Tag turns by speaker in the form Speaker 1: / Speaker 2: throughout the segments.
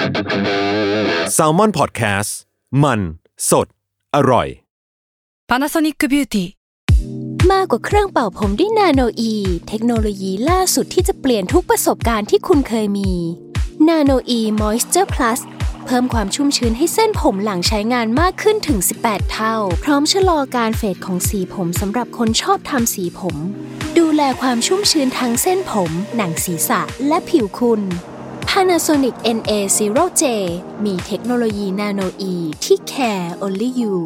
Speaker 1: Salmon Podcast มันสดอร่อย
Speaker 2: Panasonic Beauty
Speaker 3: มากกว่าเครื่องเป่าผมด้วยนาโนอีเทคโนโลยีล่าสุดที่จะเปลี่ยนทุกประสบการณ์ที่คุณเคยมีนาโนอีมอยส์เจอร์พลัสเพิ่มความชุ่มชื้นให้เส้นผมหลังใช้งานมากขึ้นถึง18เท่าพร้อมชะลอการเฟดของสีผมสำหรับคนชอบทำสีผมดูแลความชุ่มชื้นทั้งเส้นผมหนังศีรษะและผิวคุณ Panasonic NA0J มีเทคโนโลยีนาโนอีที่ care only you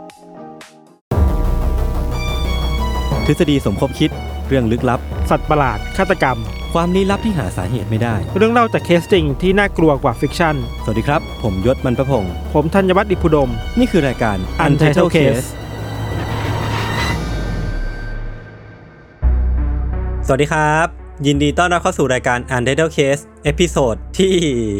Speaker 4: ทฤษฎีสมคบคิดเรื่องลึกลับ
Speaker 5: สัตว์ประหลาดฆาตกรรม
Speaker 4: ความลี้ลับที่หาสาเหตุไม่ได้
Speaker 5: เรื่องเล่าจากเคสจริงที่น่ากลัวกว่าฟิกชั่น
Speaker 4: สวัสดีครับผมยศมันประพงษ์
Speaker 5: ผมธัญวัฒน์อิพุดม
Speaker 4: นี่คือรายการ Untitled Case สวัสดีครับยินดีต้อนรับเข้าสู่รายการ Untitled Case เอพิโซดที่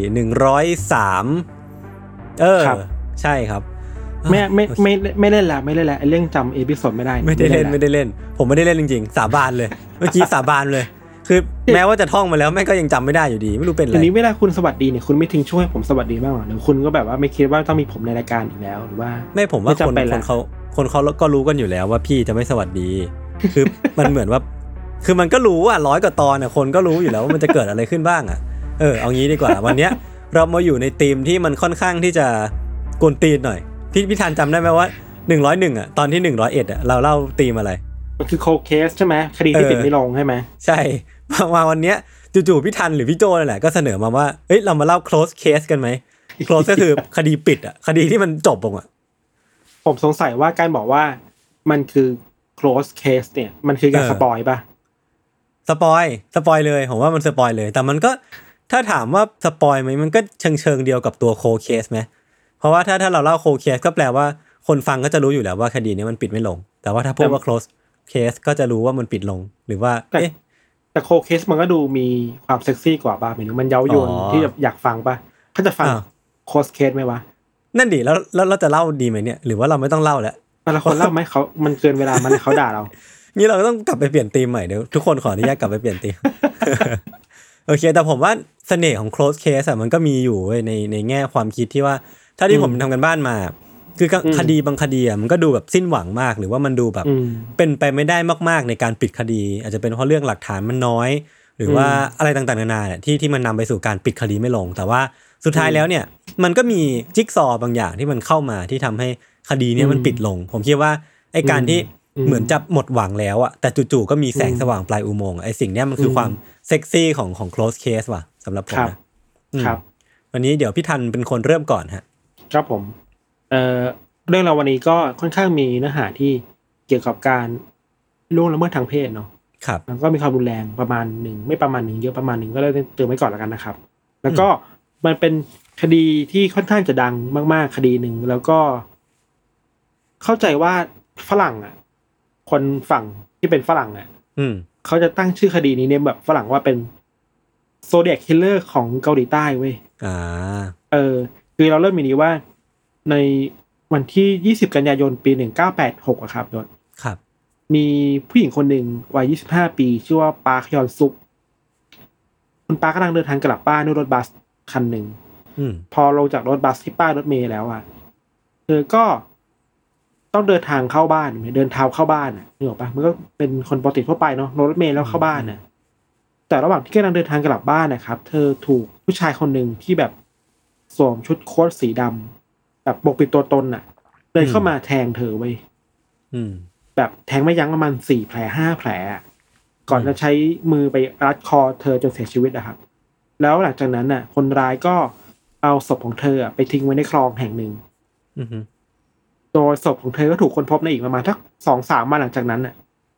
Speaker 4: 103ใช่ครับ
Speaker 5: ไม่เล่นละเรื่องจำเอพิโซดไม่ได้
Speaker 4: ไม่ได้เล่นผมไม่ได้เล่นจริงๆสาบานเลยเมื่อกี้สาบานเลยคือแม้ว่าจะท่องมาแล้วแม่ก็ยังจำไม่ได้อยู่ดีไม่รู้เป็นอะไร
Speaker 5: ทีนี้เวลาคุณสวัสดีเนี่ยคุณไม่ทิ้งช่วยผมสวัสดีบ้างหรอหรือคุณก็แบบว่าไม่คิดว่าต้องมีผมในรายการอีกแล้วหรือว่า
Speaker 4: ไม่ผมว่าคนเขาก็รู้กันอยู่แล้วว่าพี่จะไม่สวัสดีคือมันเหมือนว่าคือมันก็รู้ว่า100กว่าตอนน่ะคนก็รู้อยู่แล้วว่ามันจะเกิดอะไรขึ้นบ้างอ่ะเอางี้ดีกว่าวันเนี้ยเรามาอยู่ในธีมที่มันค่อนข้างที่จะกวนตีนหน่อยพี่ธันจำได้ไหมว่า101อ่ะตอนที่101อ่ะเราเล่าธีมอะไร
Speaker 5: มันคือโคเคสใช่ไหมคดีที่ปิดไม่ลงใช่ไหม
Speaker 4: ใช่มาวันเนี้ยจู่ๆพี่ธันหรือพี่โจนั่นแหละก็เสนอมาว่าเอ้ยเรามาเล่า close case กันไหม close ก็คือคดีปิดอ่ะคดีที่มันจบลงอ่ะ
Speaker 5: ผมสงสัยว่าการบอกว่ามันคือ close case เนี่ยมันคือการสปอยป่ะ
Speaker 4: สปอยเลยผมว่ามันสปอยเลยแต่มันก็ถ้าถามว่าสปอยไหมมันก็เชิงเดียวกับตัวโคเคสไหมเพราะว่าถ้าเราเล่าโคเคสก็แปลว่าคนฟังก็จะรู้อยู่แล้วว่าคดีนี้มันปิดไม่ลงแต่ว่าถ้าพูดว่า close case ก็จะรู้ว่ามันปิดลงหรือว่า
Speaker 5: แต่โคเคสมันก็ดูมีความเซ็กซี่กว่าป่ะหมายถึงมันเย้ายวนที่อยากฟังป่ะเขาจะฟังโคสเคสไหมวะ
Speaker 4: นั่นดิแล้วเราจะเล่าดีไหมเนี่ยหรือว่าเราไม่ต้องเล่าแล้ว
Speaker 5: แต่คนเล่าไหมเขามันเกินเวลามันเขาด่าเรา
Speaker 4: นี่เราต้องกลับไปเปลี่ยนธีมใหม่เดี๋ยวทุกคนขออนุญาตกลับไปเปลี่ยนธีม โอเคแต่ผมว่าเสน่ห์ของ close case มันก็มีอยู่ในแง่ความคิดที่ว่าถ้าที่ผมทำกันบ้านมาคือคดีบางคดีมันก็ดูแบบสิ้นหวังมากหรือว่ามันดูแบบเป็นไปไม่ได้มากๆในการปิดคดีอาจจะเป็นเพราะเรื่องหลักฐานมันน้อยหรือว่าอะไรต่างๆนานาเนี่ยที่มันนำไปสู่การปิดคดีไม่ลงแต่ว่าสุดท้ายแล้วเนี่ยมันก็มีจิ๊กซอว์บางอย่างที่มันเข้ามาที่ทำให้คดีนี้มันปิดลงผมคิดว่าไอ้การที่เหมือนจะหมดหวังแล้วอะแต่จู่ๆก็มีแสงสว่างปลายอุโมงค์ไอ้สิ่งนี้มันคือความเซ็กซี่ของ close case ว่ะสำหรับผมนะครับวันนี้เดี๋ยวพี่ธันเป็นคนเริ่มก่อนฮะ
Speaker 5: ครับผมเรื่องเราวันนี้ก็ค่อนข้างมีเนื้อหาที่เกี่ยวกับการล่วงละเมิดทางเพศเนาะ
Speaker 4: ครับ
Speaker 5: แล้วก็มีความรุนแรงประมาณนึงไม่ประมาณนึงเยอะประมาณนึงก็เลยเตือนไว้ก่อนแล้วกันนะครับแล้วก็มันเป็นคดีที่ค่อนข้างจะดังมากๆคดีนึงแล้วก็เข้าใจว่าฝรั่งอ่ะคนฝั่งที่เป็นฝรั่งอ่ะเขาจะตั้งชื่อคดีนี้เนี่ยแบบฝรั่งว่าเป็นโซเดียกคิลเลอร์ของเกาหลีใต้เว้ยคือเราเริ่มมีนี้ว่าในวันที่20กันยายนปี1986อ่ะครับยศ
Speaker 4: ครับ
Speaker 5: มีผู้หญิงคนหนึ่งวัย25ปีชื่อว่าปาร์คยอนซุกคุณปาร์คกำลังเดินทางกลับบ้านด้วยรถบัสคันหนึ่งพอลงจากรถบัสที่ป้ายรถเมล์แล้วอ่ะเธอก็ต้องเดินทางเข้าบ้านเดินเท้าเข้าบ้านนึกออกปะมันก็เป็นคนปกติทั่วไปเนาะรถเมล์แล้วเข้าบ้านน่ะแต่ระหว่างที่กำลังเดินทางกลับบ้านนะครับเธอถูกผู้ชายคนหนึ่งที่แบบสวมชุดโค้ทสีดำแบบปกปิดตัวตนน่ะเดินเข้ามาแทงเธอไว้แบบแทงไม่ยั้งประมาณ4 แผล 5 แผลก่อนจะใช้มือไปรัดคอเธอจนเสียชีวิตนะครับแล้วหลังจากนั้นน่ะคนร้ายก็เอาศพของเธอไปทิ้งไว้ในคลองแห่งหนึ่งโดยศพของเธอก็ถูกค้นพบในอีกประมาณสัก 2-3 วันหลังจากนั้นน่ะ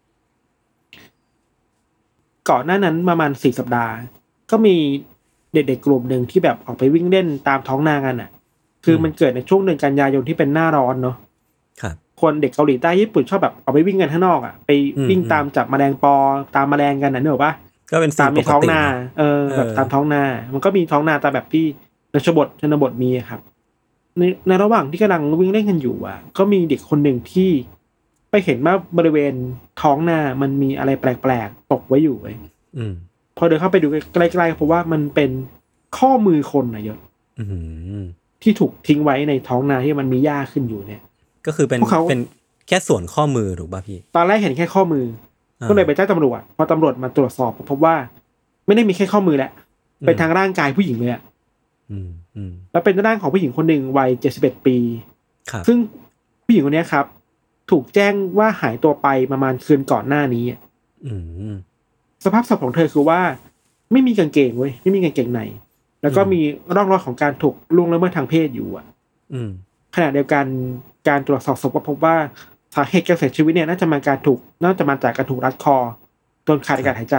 Speaker 5: ก่อนหน้านั้นประมาณ4 สัปดาห์ก็มีเด็กๆกลุ่มหนึ่งที่แบบออกไปวิ่งเล่นตามท้องนากันน่ะคือมันเกิดในช่วงเดือนกันยายนที่เป็นหน้าร้อนเนาะคนเด็กเกาหลีใต้ญี่ปุ่นชอบแบบออกไปวิ่งกันข้างนอกอ่ะไปวิ่งตามจับแมลงปอตามแมลงกันน่ะนึกออกปะ
Speaker 4: ก็เป็น
Speaker 5: ตามในท้องนาแบบตามท้องนามันก็มีท้องนาตามแบบที่ในชนบทมีครับในระหว่างที่กำลังวิ่งเล่นกันอยู่อ่ะก็มีเด็กคนหนึ่งที่ไปเห็นว่าบริเวณท้องนามันมีอะไรแปลกๆตกไว้อยู่พอเดินเข้าไปดูใกล้ๆเพราะว่ามันเป็นข้อมือคนนะยศที่ถูกทิ้งไว้ในท้องนาที่มันมีหญ้าขึ้นอยู่เนี่ย
Speaker 4: ก็คือเป็นแค่ส่วนข้อมือถูกป่ะพี่
Speaker 5: ตอนแรกเห็นแค่ข้อมือก็เลยไปแจ้งตำรวจพอตำรวจมาตรวจสอบพบว่าไม่ได้มีแค่ข้อมือแหละเป็นทางร่างกายผู้หญิงเลยอ่ะแล้วเป็นร่างของผู้หญิงคนหนึ่งวัย71 ปีซึ่งผู้หญิงคนนี้ครับถูกแจ้งว่าหายตัวไปประมาณคืนก่อนหน้านี้สภาพศพของเธอคือว่าไม่มีกางเกงเว้ยไม่มีกางเกงในแล้วก็มีร่องรอยของการถูกล่วงละเมิดทางเพศอยู่อ่ะขณะเดียวกันการตรวจสอบศพก็พบว่าสาเหตุการเสียชีวิตเนี่ยน่าจะมาจากการถูกรัดคอจนขาดอากาศหายใจ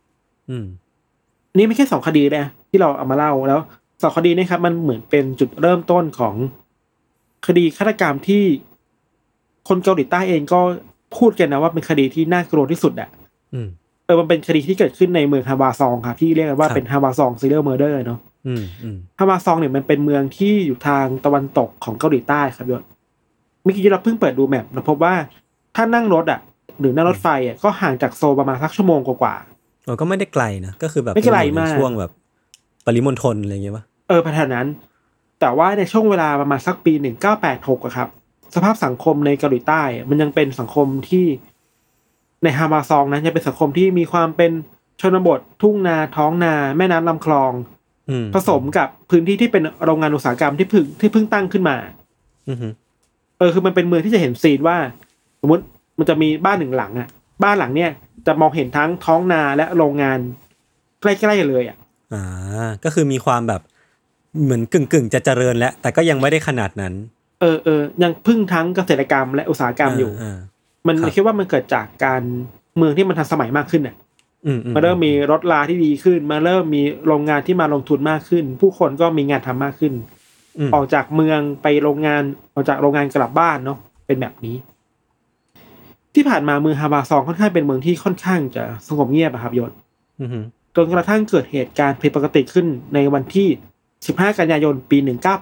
Speaker 5: นี่ไม่แค่2 คดีนะที่เราเอามาเล่าแล้ว2 คดีนี่ครับมันเหมือนเป็นจุดเริ่มต้นของคดีฆาตกรรมที่คนเกาหลีใต้เองก็พูดกันนะว่าเป็นคดีที่น่ากลัวที่สุดอ่ะมันเป็นคดีที่เกิดขึ้นในเมืองฮาวาซองครับที่เรียกกันว่าเป็นฮาวาซองซีเรียลเมอร์เดอร์เนาะฮาวาซองเนี่ยมันเป็นเมืองที่อยู่ทางตะวันตกของเกาหลีใต้ครับยศเมื่อกี้เราเพิ่งเปิดดูแมปเราพบว่าถ้านั่งรถอ่ะหรือนั่งรถไฟอ่ะก็ห่างจากโซลประมาณสักชั่วโมงกว่า
Speaker 4: ก็ไม่ได้ไกลนะก็คือแบบ
Speaker 5: ไม่ไกลมาก
Speaker 4: ช่วงแบบปริมณฑลอะไรอย่างเงี้ยป่ะ
Speaker 5: ประมาณนั้นแต่ว่าในช่วงเวลาประมาณสักปี1986อะครับสภาพสังคมในเกาหลีใต้มันยังเป็นสังคมที่ในฮาวาซองนะยังเป็นสังคมที่มีความเป็นชนบททุ่งนาท้องนาแม่น้ำลำคลองผสมกับพื้นที่ที่เป็นโรงงานอุตสาหกรรมที่เพิ่งตั้งขึ้นมาคือมันเป็นเมืองที่จะเห็นซีนว่าสมมติมันจะมีบ้าน1 หลังอ่ะบ้านหลังเนี่ยจะมองเห็นทั้งท้องนาและโรงงานใกล้ๆเลยอ่ะ
Speaker 4: ก็คือมีความแบบเหมือนกึ่งจะเจริญแล้วแต่ก็ยังไม่ได้ขนาดนั้น
Speaker 5: ยังพึ่งทั้งเกษตรกรรมและอุตสาหกรรมอยู่มันคิดว่ามันเกิดจากการเมืองที่มันทันสมัยมากขึ้นอ่ะมาเริ่มมีรถราที่ดีขึ้นมาเริ่มมีโรงงานที่มาลงทุนมากขึ้นผู้คนก็มีงานทำมากขึ้นออกจากเมืองไปโรงงานออกจากโรงงานกลับบ้านเนาะเป็นแบบนี้ที่ผ่านมาเมืองฮาวาซองค่อนข้างเป็นเมืองที่ค่อนข้างจะสงบเงียบอะครับยศจนกระทั่งเกิดเหตุการณ์ผิดปกติขึ้นในวันที่15 กันยายนปี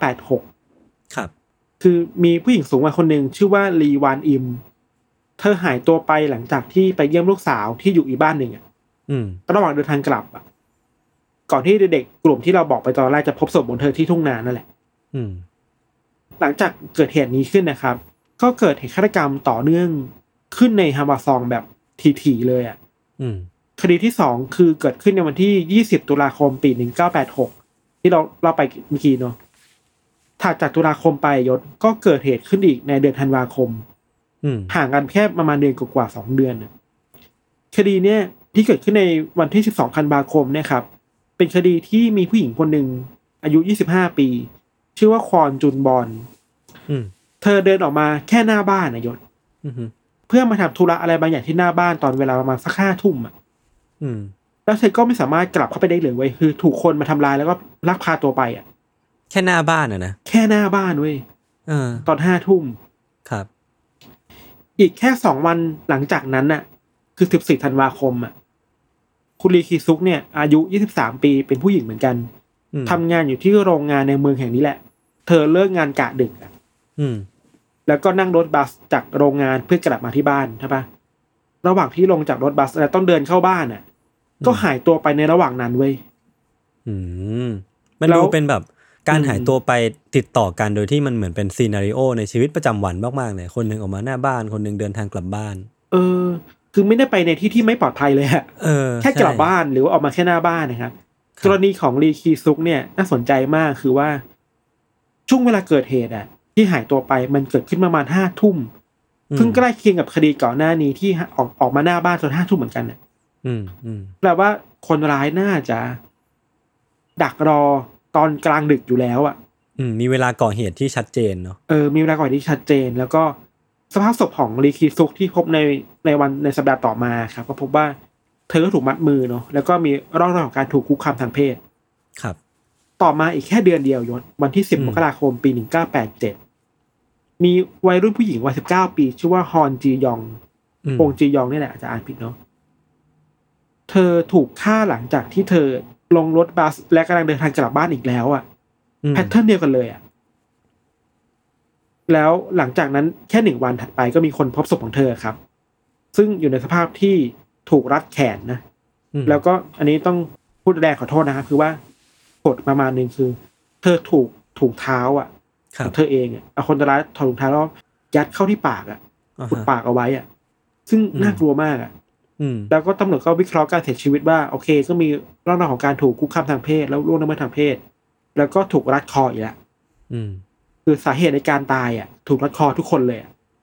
Speaker 5: 1986
Speaker 4: ครับ
Speaker 5: คือมีผู้หญิงสูงวัยคนหนึ่งชื่อว่าลีวานอิมเธอหายตัวไปหลังจากที่ไปเยี่ยมลูกสาวที่อยู่อีกบ้านหนึ่งอ่ะระหว่างเดินทางกลับอ่ะก่อนที่เด็กกลุ่มที่เราบอกไปตอนแรกจะพบศพของเธอที่ทุ่งนานั่นแหละหลังจากเกิดเหตุนี้ขึ้นนะครับก็เกิดเหตุฆาตกรรมต่อเนื่องขึ้นในฮาวาซองแบบถี่ๆเลยอ่ะคดีที่2คือเกิดขึ้นในวันที่20 ตุลาคมปี1986ที่เราไปเมื่อกี้เนาะถัดจากตุลาคมไปยศก็เกิดเหตุขึ้นอีกในเดือนธันวาคมห่างกันแค่ประมาณเดือนกว่าๆ2 เดือนนะคดีเนี้ยที่เกิดขึ้นในวันที่12 ธันวาคมเนี่ยครับเป็นคดีที่มีผู้หญิงคนหนึ่งอายุ25 ปีชื่อว่าควอนจุนบอนเธอเดินออกมาแค่หน้าบ้านนะยศเพื่อมาทำธุระอะไรบางอย่างที่หน้าบ้านตอนเวลาประมาณสัก5 ทุ่มอ่ะแล้วเธอก็ไม่สามารถกลับเข้าไปได้เลยเว้ยคือถูกคนมาทำร้ายแล้วก็ลักพาตัวไปอ่ะ
Speaker 4: แค่หน้าบ้านนะ
Speaker 5: แค่หน้าบ้านเว้ยตอน5 ทุ่ม
Speaker 4: ครับ
Speaker 5: อีกแค่2 วันหลังจากนั้นน่ะคือ14 ธันวาคมอ่ะคุณลีคีซุกเนี่ยอายุ23 ปีเป็นผู้หญิงเหมือนกันทำงานอยู่ที่โรงงานในเมืองแห่งนี้แหละเธอเลิกงานกะดึกอ่ะแล้วก็นั่งรถบัสจากโรงงานเพื่อกลับมาที่บ้านใช่ปะระหว่างที่ลงจากรถบัสแล้วต้องเดินเข้าบ้านอ่ะก็หายตัวไปในระหว่างนั้นเว้ย
Speaker 4: มันดูเป็นแบบการหายตัวไปติดต่อกันโดยที่มันเหมือนเป็นซีนาริโอในชีวิตประจำวันมากๆเลยคนนึงออกมาหน้าบ้านคนนึงเดินทางกลับบ้าน
Speaker 5: คือไม่ได้ไปในที่ที่ไม่ปลอดภัยเลยอะแค่กลับบ้านหรือว่าออกมาแค่หน้าบ้านนะครับกรณีของลีคีซุกเนี่ยน่าสนใจมากคือว่าช่วงเวลาเกิดเหตุอ่ะที่หายตัวไปมันเกิดขึ้นประมาณ5 ทุ่มซึ่งใกล้เคียงกับคดีก่อนหน้านี้ที่ออกมาหน้าบ้านตอน5 ทุ่มเหมือนกันเนี่ยแปลว่าคนร้ายน่าจะดักรอตอนกลางดึกอยู่แล้วอ่ะ
Speaker 4: มีเวลาก่อเหตุที่ชัดเจนเนาะ
Speaker 5: มีเวลาก่อเหตุที่ชัดเจนแล้วก็สภาพศพของลีคีซุกที่พบในสัปดาห์ต่อมาครับก็พบว่าเธอก็ถูกมัดมือเนาะแล้วก็มีร่องรอยของการถูกคุกคามทางเพศ
Speaker 4: ครับ
Speaker 5: ต่อมาอีกแค่เดือนเดียวยศวันที่10 มกราคมปี1987มีวัยรุ่นผู้หญิงวัย19 ปีชื่อว่าฮอนจียององจียองนี่แหละอาจจะอ่านผิดเนาะเธอถูกฆ่าหลังจากที่เธอลงรถบัสและกำลังเดินทางกลับบ้านอีกแล้วอ่ะแพทเทิร์นเดียวกันเลยอ่ะแล้วหลังจากนั้นแค่1 วันถัดไปก็มีคนพบศพของเธอครับซึ่งอยู่ในสภาพที่ถูกรัดแขนนะแล้วก็อันนี้ต้องพูดแรงขอโทษนะครับคือว่าโหดประมาณนึงคือเธอถูกถุงเท้าอ่ะของเธอเองอ่ะเอาคนร้ายถอดถุงเท้าแล้วยัดเข้าที่ปากอ่ะอุดปากเอาไว้อ่ะซึ่งน่ากลัวมากอ่ะแล้วก็ตำรวจก็วิเคราะห์การเสียชีวิตว่าโอเคก็มีร่องรอยของการถูกคุกคามทางเพศแล้วล่วงละเมิดทางเพศแล้วก็ถูกรัดคออีกแล้วคือสาเหตุในการตายอ่ะถูกรัดคอทุกคนเลย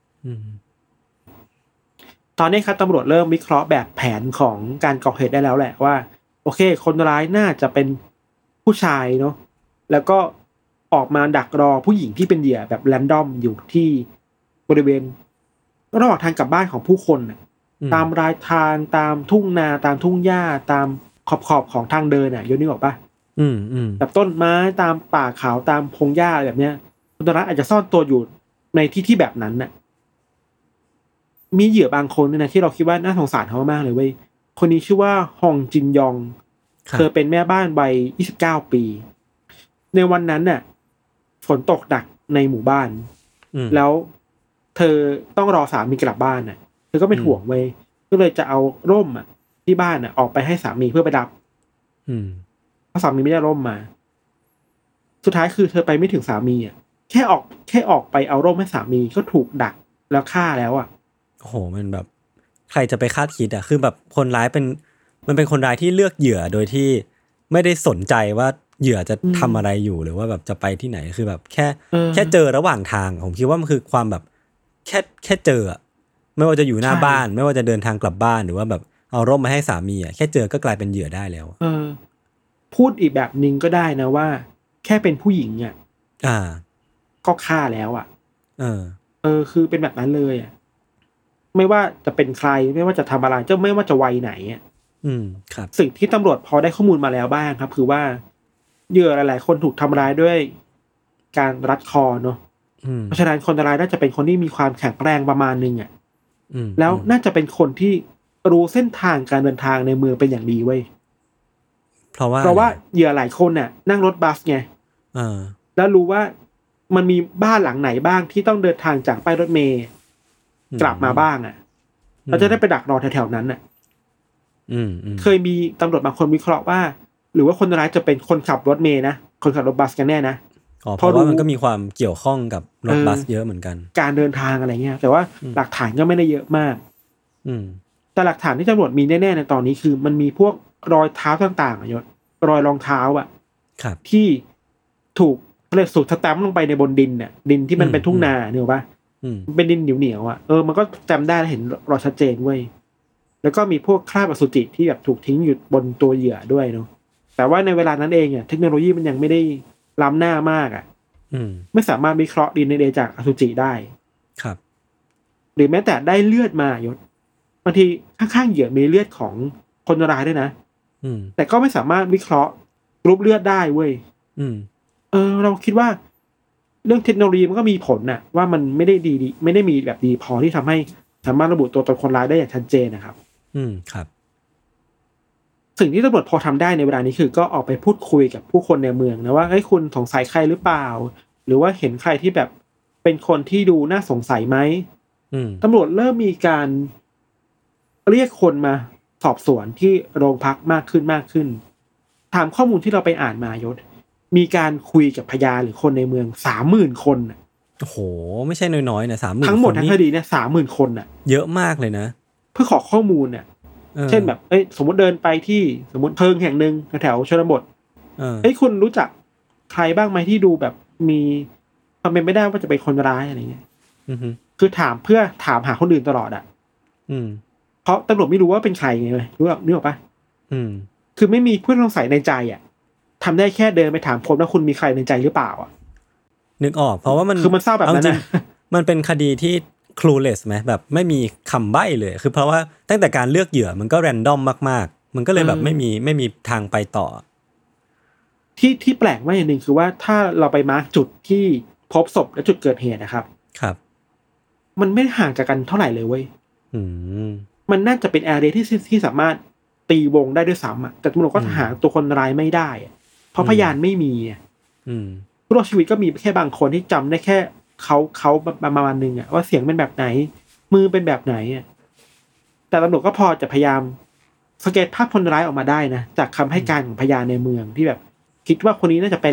Speaker 5: ตอนนี้ครับตำรวจเริ่มวิเคราะห์แบบแผนของการก่อเหตุได้แล้วแหละว่าโอเคคนร้ายน่าจะเป็นผู้ชายเนาะแล้วก็ออกมาดักรอผู้หญิงที่เป็นเหยื่อแบบแรนดอมอยู่ที่บริเวณระหว่างทางกลับบ้านของผู้คนตามรายทางตามทุ่งนาตามทุ่งหญ้าตามขอบของทางเดินโยนนี่บอกปะแบบต้นไม้ตามป่าเขาตามพงหญ้าแบบเนี้ยคนร้ายอาจจะซ่อนตัวอยู่ในที่แบบนั้นน่ะมีเหยื่อบางคนเนี่ยนะที่เราคิดว่าน่าสงสารเขามากเลยเว้ยคนนี้ชื่อว่าฮองจินยองเธอเป็นแม่บ้านวัย29 ปีในวันนั้นน่ะฝนตกหนักในหมู่บ้านแล้วเธอต้องรอสามีกลับบ้านน่ะเธอก็เป็นห่วงเว้ยก็เลยจะเอาร่มที่บ้านออกไปให้สามีเพื่อไปรับเพราะสามีไม่ได้ร่มมาสุดท้ายคือเธอไปไม่ถึงสามีแค่ออกไปเอาร่มให้สามีก็ถูกดักแล้วฆ่าแล้ว
Speaker 4: โอ้โหมันแบบใครจะไปคาดคิดคือแบบคนร้ายมันเป็นคนร้ายที่เลือกเหยื่อโดยที่ไม่ได้สนใจว่าเหยื่อจะทำอะไรอยู่หรือว่าแบบจะไปที่ไหนคือแบบแค่เจอระหว่างทางผมคิดว่ามันคือความแบบแค่เจอไม่ว่าจะอยู่หน้าบ้านไม่ว่าจะเดินทางกลับบ้านหรือว่าแบบเอาร่มมาให้สามีแค่เจอก็กลายเป็นเหยื่อได้แล้ว
Speaker 5: พูดอีกแบบนึงก็ได้นะว่าแค่เป็นผู้หญิงก็ฆ่าแล้วคือเป็นแบบนั้นเลยไม่ว่าจะเป็นใครไม่ว่าจะทำอะไรจะไม่ว่าจะวัยไหน
Speaker 4: ครับ
Speaker 5: สิ่งที่ตำรวจพอได้ข้อมูลมาแล้วบ้างครับคือว่าเหยื่อหลายๆคนถูกทำร้ายด้วยการรัดคอเนาะเพราะฉะนั้นคนร้ายน่าจะเป็นคนที่มีความแข็งแรงประมาณนึงแล้วน่าจะเป็นคนที่รู้เส้นทางการเดินทางในเมืองเป็นอย่างดีเว้ยเพราะว่าเหยื่อหลายคนนั่งรถบัสไงแล้วรู้ว่ามันมีบ้านหลังไหนบ้างที่ต้องเดินทางจากป้ายรถเมล์กลับมาบ้างเราจะได้ไปดักรอแถวๆนั้นเคยมีตำรวจบางคนวิเคราะห์ว่าหรือว่าคนร้ายจะเป็นคนขับรถเมล์นะคนขับรถบัสกันแน่นะ
Speaker 4: เพราะว่ามันก็มีความเกี่ยวข้องกับรถบัสเยอะเหมือนกัน
Speaker 5: การเดินทางอะไรเงี้ยแต่ว่าหลักฐานก็ไม่ได้เยอะมากแต่หลักฐานที่ตำรวจมีแน่ๆในตอนนี้คือมันมีพวกรอยเท้าต่างๆยศรอยรองเท้าที่ถูกเรียกสูดสแตมป์ลงไปในบนดินดินที่มันเป็นทุ่งนาเนี่ยหรอปะเป็นดินเหนียวๆมันก็จำได้เห็นรอยชัดเจนเว้ยแล้วก็มีพวกคราบอสุจิที่แบบถูกทิ้งอยู่บนตัวเหยื่อด้วยเนาะแต่ว่าในเวลานั้นเองเทคโนโลยีมันยังไม่ได้ล้ำหน้ามากไม่สามารถวิเคราะห์ DNA จากอสุจิได้
Speaker 4: ครับ
Speaker 5: หรือแม้แต่ได้เลือดมายศบางทีข้างๆเหยื่อมีเลือดของคนร้ายด้วยนะแต่ก็ไม่สามารถวิเคราะห์กรุ๊ปเลือดได้เว้ยเราคิดว่าเรื่องเทคโนโลยีมันก็มีผลว่ามันไม่ได้ดีไม่ได้มีแบบดีพอที่ทำให้สามารถระบุตัวตนคนร้ายได้อย่างชัดเจนนะครับ
Speaker 4: ครับ
Speaker 5: สิ่งที่ตำรวจพอทำได้ในเวลานี้คือก็ออกไปพูดคุยกับผู้คนในเมืองนะว่าคุณสงสัยใครหรือเปล่าหรือว่าเห็นใครที่แบบเป็นคนที่ดูน่าสงสัยไหมตำรวจเริ่มมีการเรียกคนมาสอบสวนที่โรงพักมากขึ้นถามข้อมูลที่เราไปอ่านมายศมีการคุยกับพยานหรือคนในเมือง 30,000 คน
Speaker 4: โอ้โหไม่ใช่น้อยๆนะ30,000
Speaker 5: ทั้งหมดทั้งคดีเนี่ย 30,000 คน
Speaker 4: เยอะมากเลยนะ
Speaker 5: เพื่อขอข้อมูลเช่นแบบสมมติเดินไปที่สมมติเพิงแห่งนึงแถวชนบทคุณรู้จักใครบ้างไหมที่ดูแบบมีความเป็นไม่ได้ว่าจะเป็นคนร้ายอะไรเงี้ยคือถามเพื่อถามหาคนอื่นตลอดเพราะตำรวจไม่รู้ว่าเป็นใครไงเลยรู้แบบนึกออกปะคือไม่มีเพื่อนสงสัยในใจทำได้แค่เดินไปถามคนว่าคุณมีใครในใจหรือเปล่า
Speaker 4: นึกออกเพราะว่ามัน
Speaker 5: คือมันเศร้าแบบนั้น
Speaker 4: มันเป็นคดีที่ clueless ไหมแบบไม่มีคำใบ้เลยคือเพราะว่าตั้งแต่การเลือกเหยื่อมันก็แรนดอมมากๆมันก็เลยแบบไม่มีทางไปต่อ
Speaker 5: ที่แปลกมากอย่างนึงคือว่าถ้าเราไปมาร์คจุดที่พบศพและจุดเกิดเหตุนะครับมันไม่ห่างจากกันเท่าไหร่เลยเว้ยมันน่าจะเป็นแอเรียที่สามารถตีวงได้ด้วยซ้ำแต่ตำรวจก็หาตัวคนร้ายไม่ได้เพราะพยานไม่มีผู้รอดชีวิตก็มีแค่บางคนที่จำได้แค่เขาประมาณนึงว่าเสียงเป็นแบบไหนมือเป็นแบบไหนแต่ตำรวจก็พอจะพยายามสเก็ตภาพคนร้ายออกมาได้นะจากคำให้การของพยานในเมืองที่แบบคิดว่าคนนี้น่าจะเป็นแหละ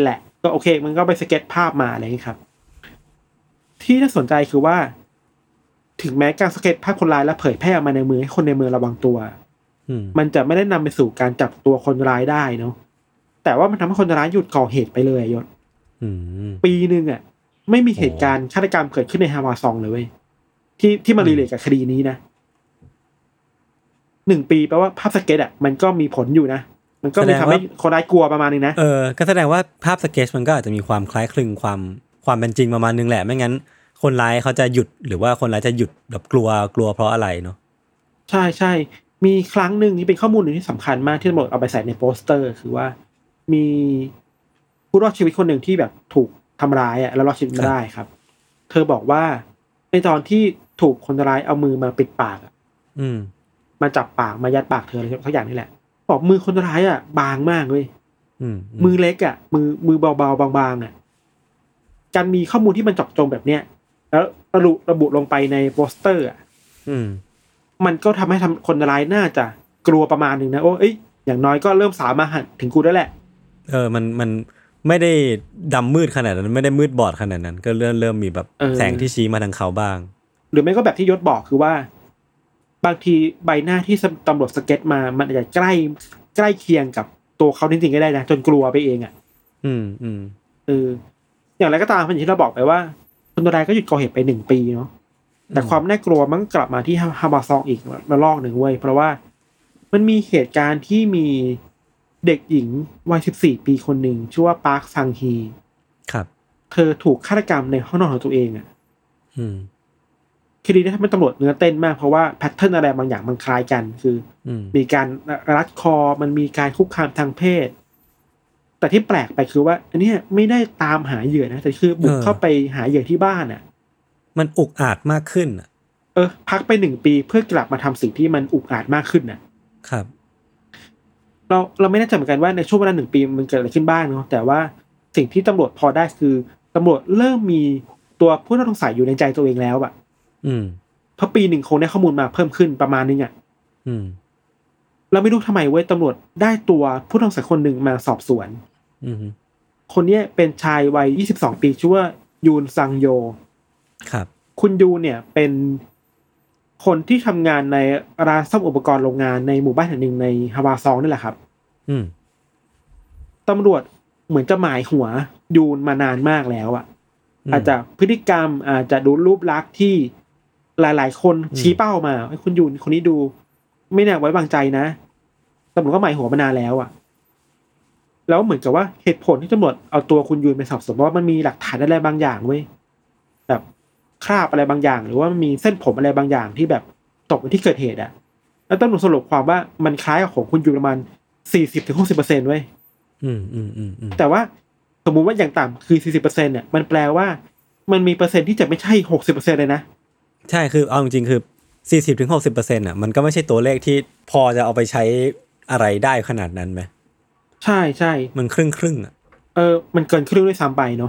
Speaker 5: ก็โอเคมันก็ไปสเก็ตภาพมาอะไรอย่างนี้ครับที่น่าสนใจคือว่าถึงแม้การสเก็ตภาพคนร้ายแล้วเผยแพร่ออกมาในเมืองให้คนในเมืองระวังตัวมันจะไม่ได้นำไปสู่การจับตัวคนร้ายได้เนาะแต่ว่ามันทำให้คนร้ายหยุดก่อเหตุไปเลยยศปีนึงอ่ะไม่มีเหตุการณ์ฆาตกรรมเกิดขึ้นในฮาวาซองเลยเว้ยที่มารีเลทกับคดีนี้นะ1 ปีแปลว่าภาพสเก็ตอ่ะมันก็มีผลอยู่นะมันก็มีทำให้คนร้ายกลัวประมาณนึงนะ
Speaker 4: ก็แสดงว่าภาพสเก็ตมันก็อาจจะมีความคล้ายคลึงความเป็นจริงประมาณนึงแหละไม่งั้นคนร้ายเขาจะหยุดหรือว่าคนร้ายจะหยุดแบบกลัวเพราะอะไรเนาะ
Speaker 5: ใช่ใช่มีครั้งหนึ่งที่เป็นข้อมูลหนึ่งที่สำคัญมากที่ตำรวจเอาไปใส่ในโปสเตอร์คือว่ามีผู้รอดชีวิตคนหนึ่งที่แบบถูกทำร้ายอ่ะแล้วรอดชีวิตมาได้ครับเธอบอกว่าในตอนที่ถูกคนร้ายเอามือมาปิดปากมาจับปากมายัดปากเธออะไรสักอย่างนี่แหละบอกมือคนร้ายอ่ะบางมากเลยมือเล็กอ่ะมือเบาๆบางๆอ่ะการมีข้อมูลที่มันเจาะจงแบบเนี้ยแล้วระบุลงไปในโปสเตอร์อ่ะมันก็ทำให้คนร้ายน่าจะกลัวประมาณนึงนะโอ้เอ้ยอย่างน้อยก็เริ่มสามารถถึงกูได้แหละ
Speaker 4: มันไม่ได้ดำมืดขนาดนั้นไม่ได้มืดบอดขนาดนั้นก็เริ่มมีแบบแสงที่ชี้มาทางเขาบ้าง
Speaker 5: หรือไม่ก็แบบที่ยศบอกคือว่าบางทีใบหน้าที่ตำรวจสเก็ตมามันอาจจะใกล้เคียงกับตัวเขาจริงๆก็ได้นะจนกลัวไปเองอ่ะอย่างไรก็ตามอย่างที่เราบอกไปว่าคนร้ายก็หยุดก่อเหตุไป1 ปีเนาะแต่ความน่ากลัวมันกลับมาที่ฮามาซองอีกระลอกหนึ่งเว้ยเพราะว่ามันมีเหตุการณ์ที่มีเด็กหญิงวัย14 ปีคนหนึ่งชื่อว่าปาร์คซังฮี
Speaker 4: ครับ
Speaker 5: เธอถูกฆาตกรรมในห้องนอนของตัวเองอ่ะคดีนี้ทำให้ตำรวจเนื้อเต้นมากเพราะว่าแพทเทิร์นอะไรบางอย่างมันคล้ายกันคือมีการรัดคอมันมีการคุกคามทางเพศแต่ที่แปลกไปคือว่าอันนี้ไม่ได้ตามหาเหยื่อนะแต่คือบุกเข้าไปหาเหยื่อที่บ้านอ่ะ
Speaker 4: มันอุกอาจมากขึ้น
Speaker 5: พักไป1 ปีเพื่อกลับมาทำสิ่งที่มันอุกอาจมากขึ้นน่ะ
Speaker 4: ครับ
Speaker 5: เราไม่แน่ใจเหมือนกันว่าในช่วงเวลา1 ปีมันเกิดอะไรขึ้นบ้างเนาะแต่ว่าสิ่งที่ตำรวจพอได้คือตำรวจเริ่มมีตัวผู้ต้องสงสัยอยู่ในใจตัวเองแล้วอ่ะเพราะปีหนึ่งคงได้ข้อมูลมาเพิ่มขึ้นประมาณนึงอ่ะเราไม่รู้ทำไมเว้ยตำรวจได้ตัวผู้ต้องสงสัยคนหนึ่งมาสอบสวนคนนี้เป็นชายวัย22 ปีชื่อว่ายูนซังโย
Speaker 4: ครับ
Speaker 5: คุณยูเนี่ยเป็นคนที่ทำงานในร้านซ่อมอุปกรณ์โรงงานในหมู่บ้านแห่งหนึ่งในฮาวาซองนี่แหละครับตำรวจเหมือนจะหมายหัวยูนมานานมากแล้วอ่ะอาจจะพฤติกรรมอาจจะดูรูปลักษณ์ที่หลายๆคนชี้เป้ามาให้คุณยูนคนนี้ดูไม่น่าไว้วางใจนะตำรวจก็หมายหัวมานานแล้วอ่ะแล้วเหมือนกับว่าเหตุผลที่ตำรวจเอาตัวคุณยูนไปสอบสวนเพราะว่ามันมีหลักฐานอะไรบางอย่างเว้ยแบบคราบอะไรบางอย่างหรือว่ามันมีเส้นผมอะไรบางอย่างที่แบบตกในที่เกิดเหตุอ่ะแล้วตำรวจสรุปความว่ามันคล้ายกับของคุณยูนประมาณ 40-60% เว้ยแต่ว่าสมมุติว่าอย่างต่ำคือ 40% เนี่ยมันแปลว่ามันมีเปอร์เซ็นต์ที่จะไม่ใช่ 60% เลยนะ
Speaker 4: ใช่คือเอาจริงๆคือ 40-60% อ่ะมันก็ไม่ใช่ตัวเลขที่พอจะเอาไปใช้อะไรได้ขนาดนั้นไหม
Speaker 5: ใช่ๆ
Speaker 4: มันครึ่งๆอ่ะ
Speaker 5: มันเกินครึ่งด้วยซ้ำไปเนาะ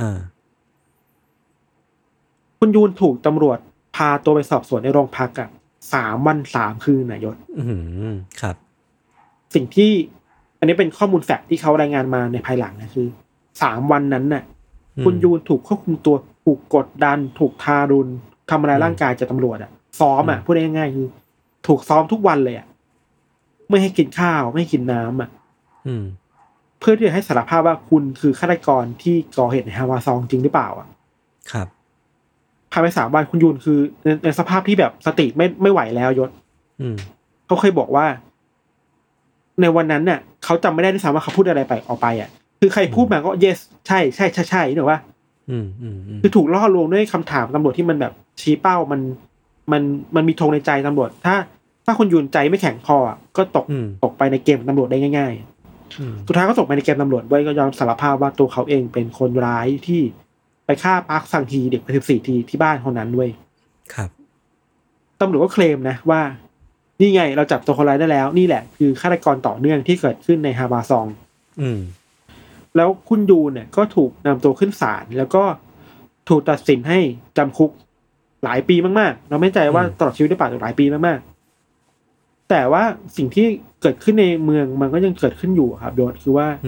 Speaker 5: คุณยูนถูกตำรวจพาตัวไปสอบสวนในโรงพักอ่ะ3 วัน 3 คืนนายศ
Speaker 4: ครับ
Speaker 5: สิ่งที่อันนี้เป็นข้อมูลแฟกต์ที่เขารายงานมาในภายหลังนะคือ3 วันนั้นน่ะคุณยูนถูกควบคุมตัวถูกกดดันถูกทารุณทำร้ายร่างกายจากตำรวจอ่ะซ้อมพูดง่ายๆคือถูกซ้อมทุกวันเลยอ่ะไม่ให้กินข้าวไม่ให้กินน้ำเพื่อที่จะให้สารภาพว่าคุณคือฆาตกรที่ก่อเหตุในฮาวาซองจริงหรือเปล่าอ่ะ
Speaker 4: ครับ
Speaker 5: ภายใน3 วันคุณยูนคือในสภาพที่แบบสติไม่ไหวแล้วยศเขาเคยบอกว่าในวันนั้นน่ะเขาจำไม่ได้ด้วยซ้ำว่าเขาพูดอะไรไปออกไปอ่ะคือใครพูดมาก็ yes ใช่หรือว่าคือถูกล่อลวงด้วยคำถามตำรวจที่มันแบบชี้เป้ามันมีธงในใจตำรวจถ้าคุณยูนใจไม่แข็งพอก็ตกไปในเกมตำรวจได้ง่ายๆสุดท้ายก็ตกไปในเกมตำรวจด้วยก็ยอมสารภาพว่าตัวเขาเองเป็นคนร้ายที่ไปฆ่าปาร์คซังฮีเด็กไป14 ทีที่บ้านคนนั้นด้วย
Speaker 4: ครับ
Speaker 5: ตำรวจก็เคลมนะว่านี่ไงเราจับตัวคนร้ายได้แล้วนี่แหละคือฆาตกรต่อเนื่องที่เกิดขึ้นในฮาวาซองแล้วคุณยูนเนี่ยก็ถูกนำตัวขึ้นศาลแล้วก็ถูกตัดสินให้จำคุกหลายปีมากๆเราไม่ใจว่าตลอดชีวิตหรือเปล่าหลายปีมากๆแต่ว่าสิ่งที่เกิดขึ้นในเมืองมันก็ยังเกิดขึ้นอยู่ครับโดนคือว่า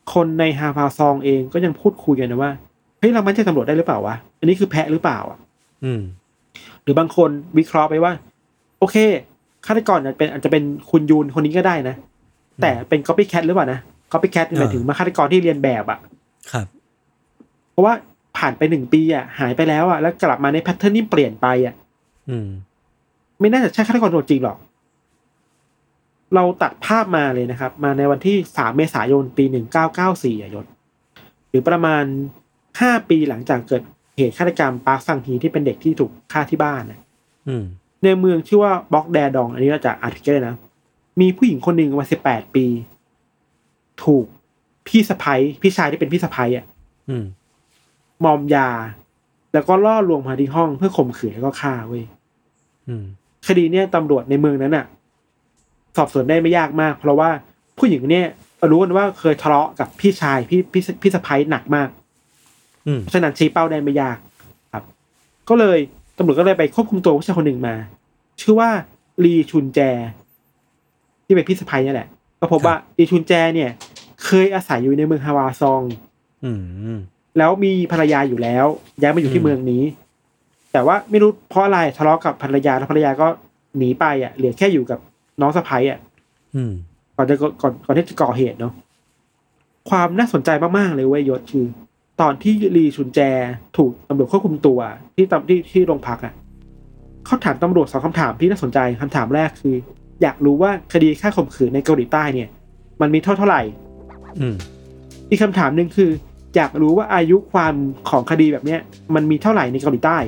Speaker 5: คนในฮาฟาซองเองก็ยังพูดคุยกันนะว่าเฮ้ยเรามั่นใจตำรวจได้หรือเปล่าวะอันนี้คือแพะหรือเปล่าอ่ะหรือบางคนวิเคราะห์ไปว่าโอเคฆาตกรอาจจะเป็นคุณยูนคนนี้ก็ได้นะแต่เป็น copycat หรือเปล่านะ copycat หมายถึงมาฆาตกรที่เรียนแบบอ่ะ
Speaker 4: ครับ
Speaker 5: เพราะว่าผ่านไป1 ปีอ่ะหายไปแล้วอ่ะแล้วกลับมาในแพทเทิร์นที่เปลี่ยนไปอ่ะไม่น่าจะใช่ฆาตกรตัวจริงหรอกเราตัดภาพมาเลยนะครับมาในวันที่3 เมษายน ปี 1994อ่ะยศหรือประมาณ5 ปีหลังจากเกิดเหตุฆาตกรรมปาร์คซังฮีที่เป็นเด็กที่ถูกฆ่าที่บ้านน่ะในเมืองชื่อว่าบ็อกแดดองอันนี้เราจะอ่านถึงเลยนะมีผู้หญิงคนหนึ่งวัย18 ปีถูกพี่ชายที่เป็นพี่สะใภ้อ่ะมอมยาแล้วก็ล่อลวงมาที่ห้องเพื่อข่มขืนแล้วก็ฆ่าเว้ยคดีเนี้ยตำรวจในเมืองนั้นน่ะสอบสวนได้ไม่ยากมากเพราะว่าผู้หญิงเนี่ยรู้กันว่าเคยทะเลาะกับพี่ชายพี่สะใภ้หนักมากเพราะฉะนั้นชี้เป้าได้ไม่ยากครับก็เลยตำรวจก็เลยไปควบคุมตัวผู้ชายคนหนึ่งมาชื่อว่าลีชุนแจที่เป็นพี่สะใภ้นี่แหละก็พบว่าลีชุนแจเนี่ยเคยอาศัยอยู่ในเมืองฮาวาซองแล้วมีภรรยาอยู่แล้วย้ายมาอยู่ที่เมืองนี้แต่ว่าไม่รู้เพราะอะไรทะเลาะกับภรรยาแล้วภรรยาก็หนีไปอ่ะเหลือแค่อยู่กับน้องสะใภ้อ่ะก่อนที่จะก่อเหตุเนาะความน่าสนใจมากๆเลยเว้ยยศคือตอนที่ลีชุนแจถูกตำรวจควบคุมตัวที่โรงพักอ่ะเขาถามตำรวจ2 คำถามที่น่าสนใจคำถามแรกคืออยากรู้ว่าคดีฆ่าข่มขืนในเกาหลีใต้เนี่ยมันมีโทษเท่าไหร่อีกคำถามนึงคืออยากรู้ว่าอายุความของคดีแบบเนี้ยมันมีเท่าไหร่ในเกาหลีใต้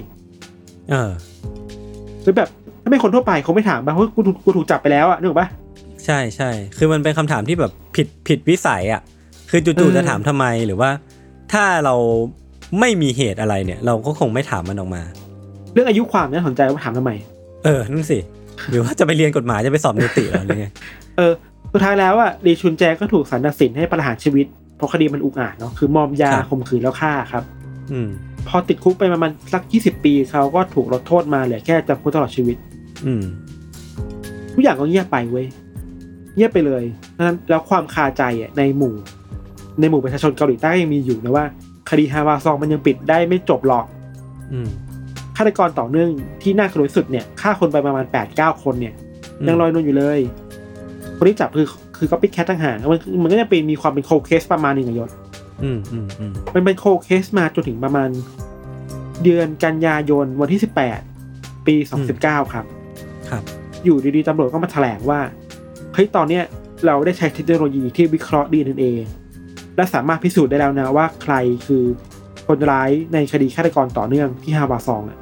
Speaker 5: หรือแบบถ้าเป็นคนทั่วไปคงไม่ถามป่ะเพราะกูถูกจับไปแล้วอ่ะนึกออกป่ะ
Speaker 4: ใช่ๆคือมันเป็นคำถามที่แบบผิดวิสัยอ่ะคือจู่ๆจะถามทำไมหรือว่าถ้าเราไม่มีเหตุอะไรเนี่ยเราก็คงไม่ถามมันออกมา
Speaker 5: เรื่องอายุความน่าสนใจว่าถามทำไม
Speaker 4: นั่นสิหรือว่าจะไปเรียนกฎหมายจะไปสอบนิติหรือไง
Speaker 5: สุดท้ายแล้วอ่ะลีชุนแจก็ถูกศาลตัดสินให้ประหารชีวิตเพราะคดีมันอุกอาจเนาะคือมอมยาข่มขืนแล้วฆ่าครับพอติดคุกไปประมาณสัก20 ปีเขาก็ถูกลดโทษมาเหลือแค่จำคุกตลอดชีวิตทุกอย่างก็เงียบไปเว้ยเงียบไปเลยนั้นแล้วความคาใจอ่ะในหมู่ประชาชนเกาหลีใต้ยังมีอยู่นะว่าคดีฮาวาซองมันยังปิดได้ไม่จบหรอกฆาตกรต่อเนื่องที่น่ากลัวที่สุดเนี่ยฆ่าคนไปประมาณ 8-9 คนเนี่ยยังลอยนวลอยู่เลยคนที่จับคือก็ปิดแคทต่างหากมันก็จะเป็นมีความเป็นโคเคสประมาณนึงอ่ะยศมันเป็นโคเคสมาจนถึงประมาณเดือนกันยายนวันที่18 ปี2019ครับอยู่ดีๆตำรวจก็มาแถลงว่าเฮ้ยตอนเนี้ยเราได้ใช้เทคโนโลยีที่วิเคราะห์ DNA และสามารถพิสูจน์ได้แล้วนะว่าใครคือคนร้ายในคดีฆาตกรต่อเนื่องที่ฮาวาซองอ่ะ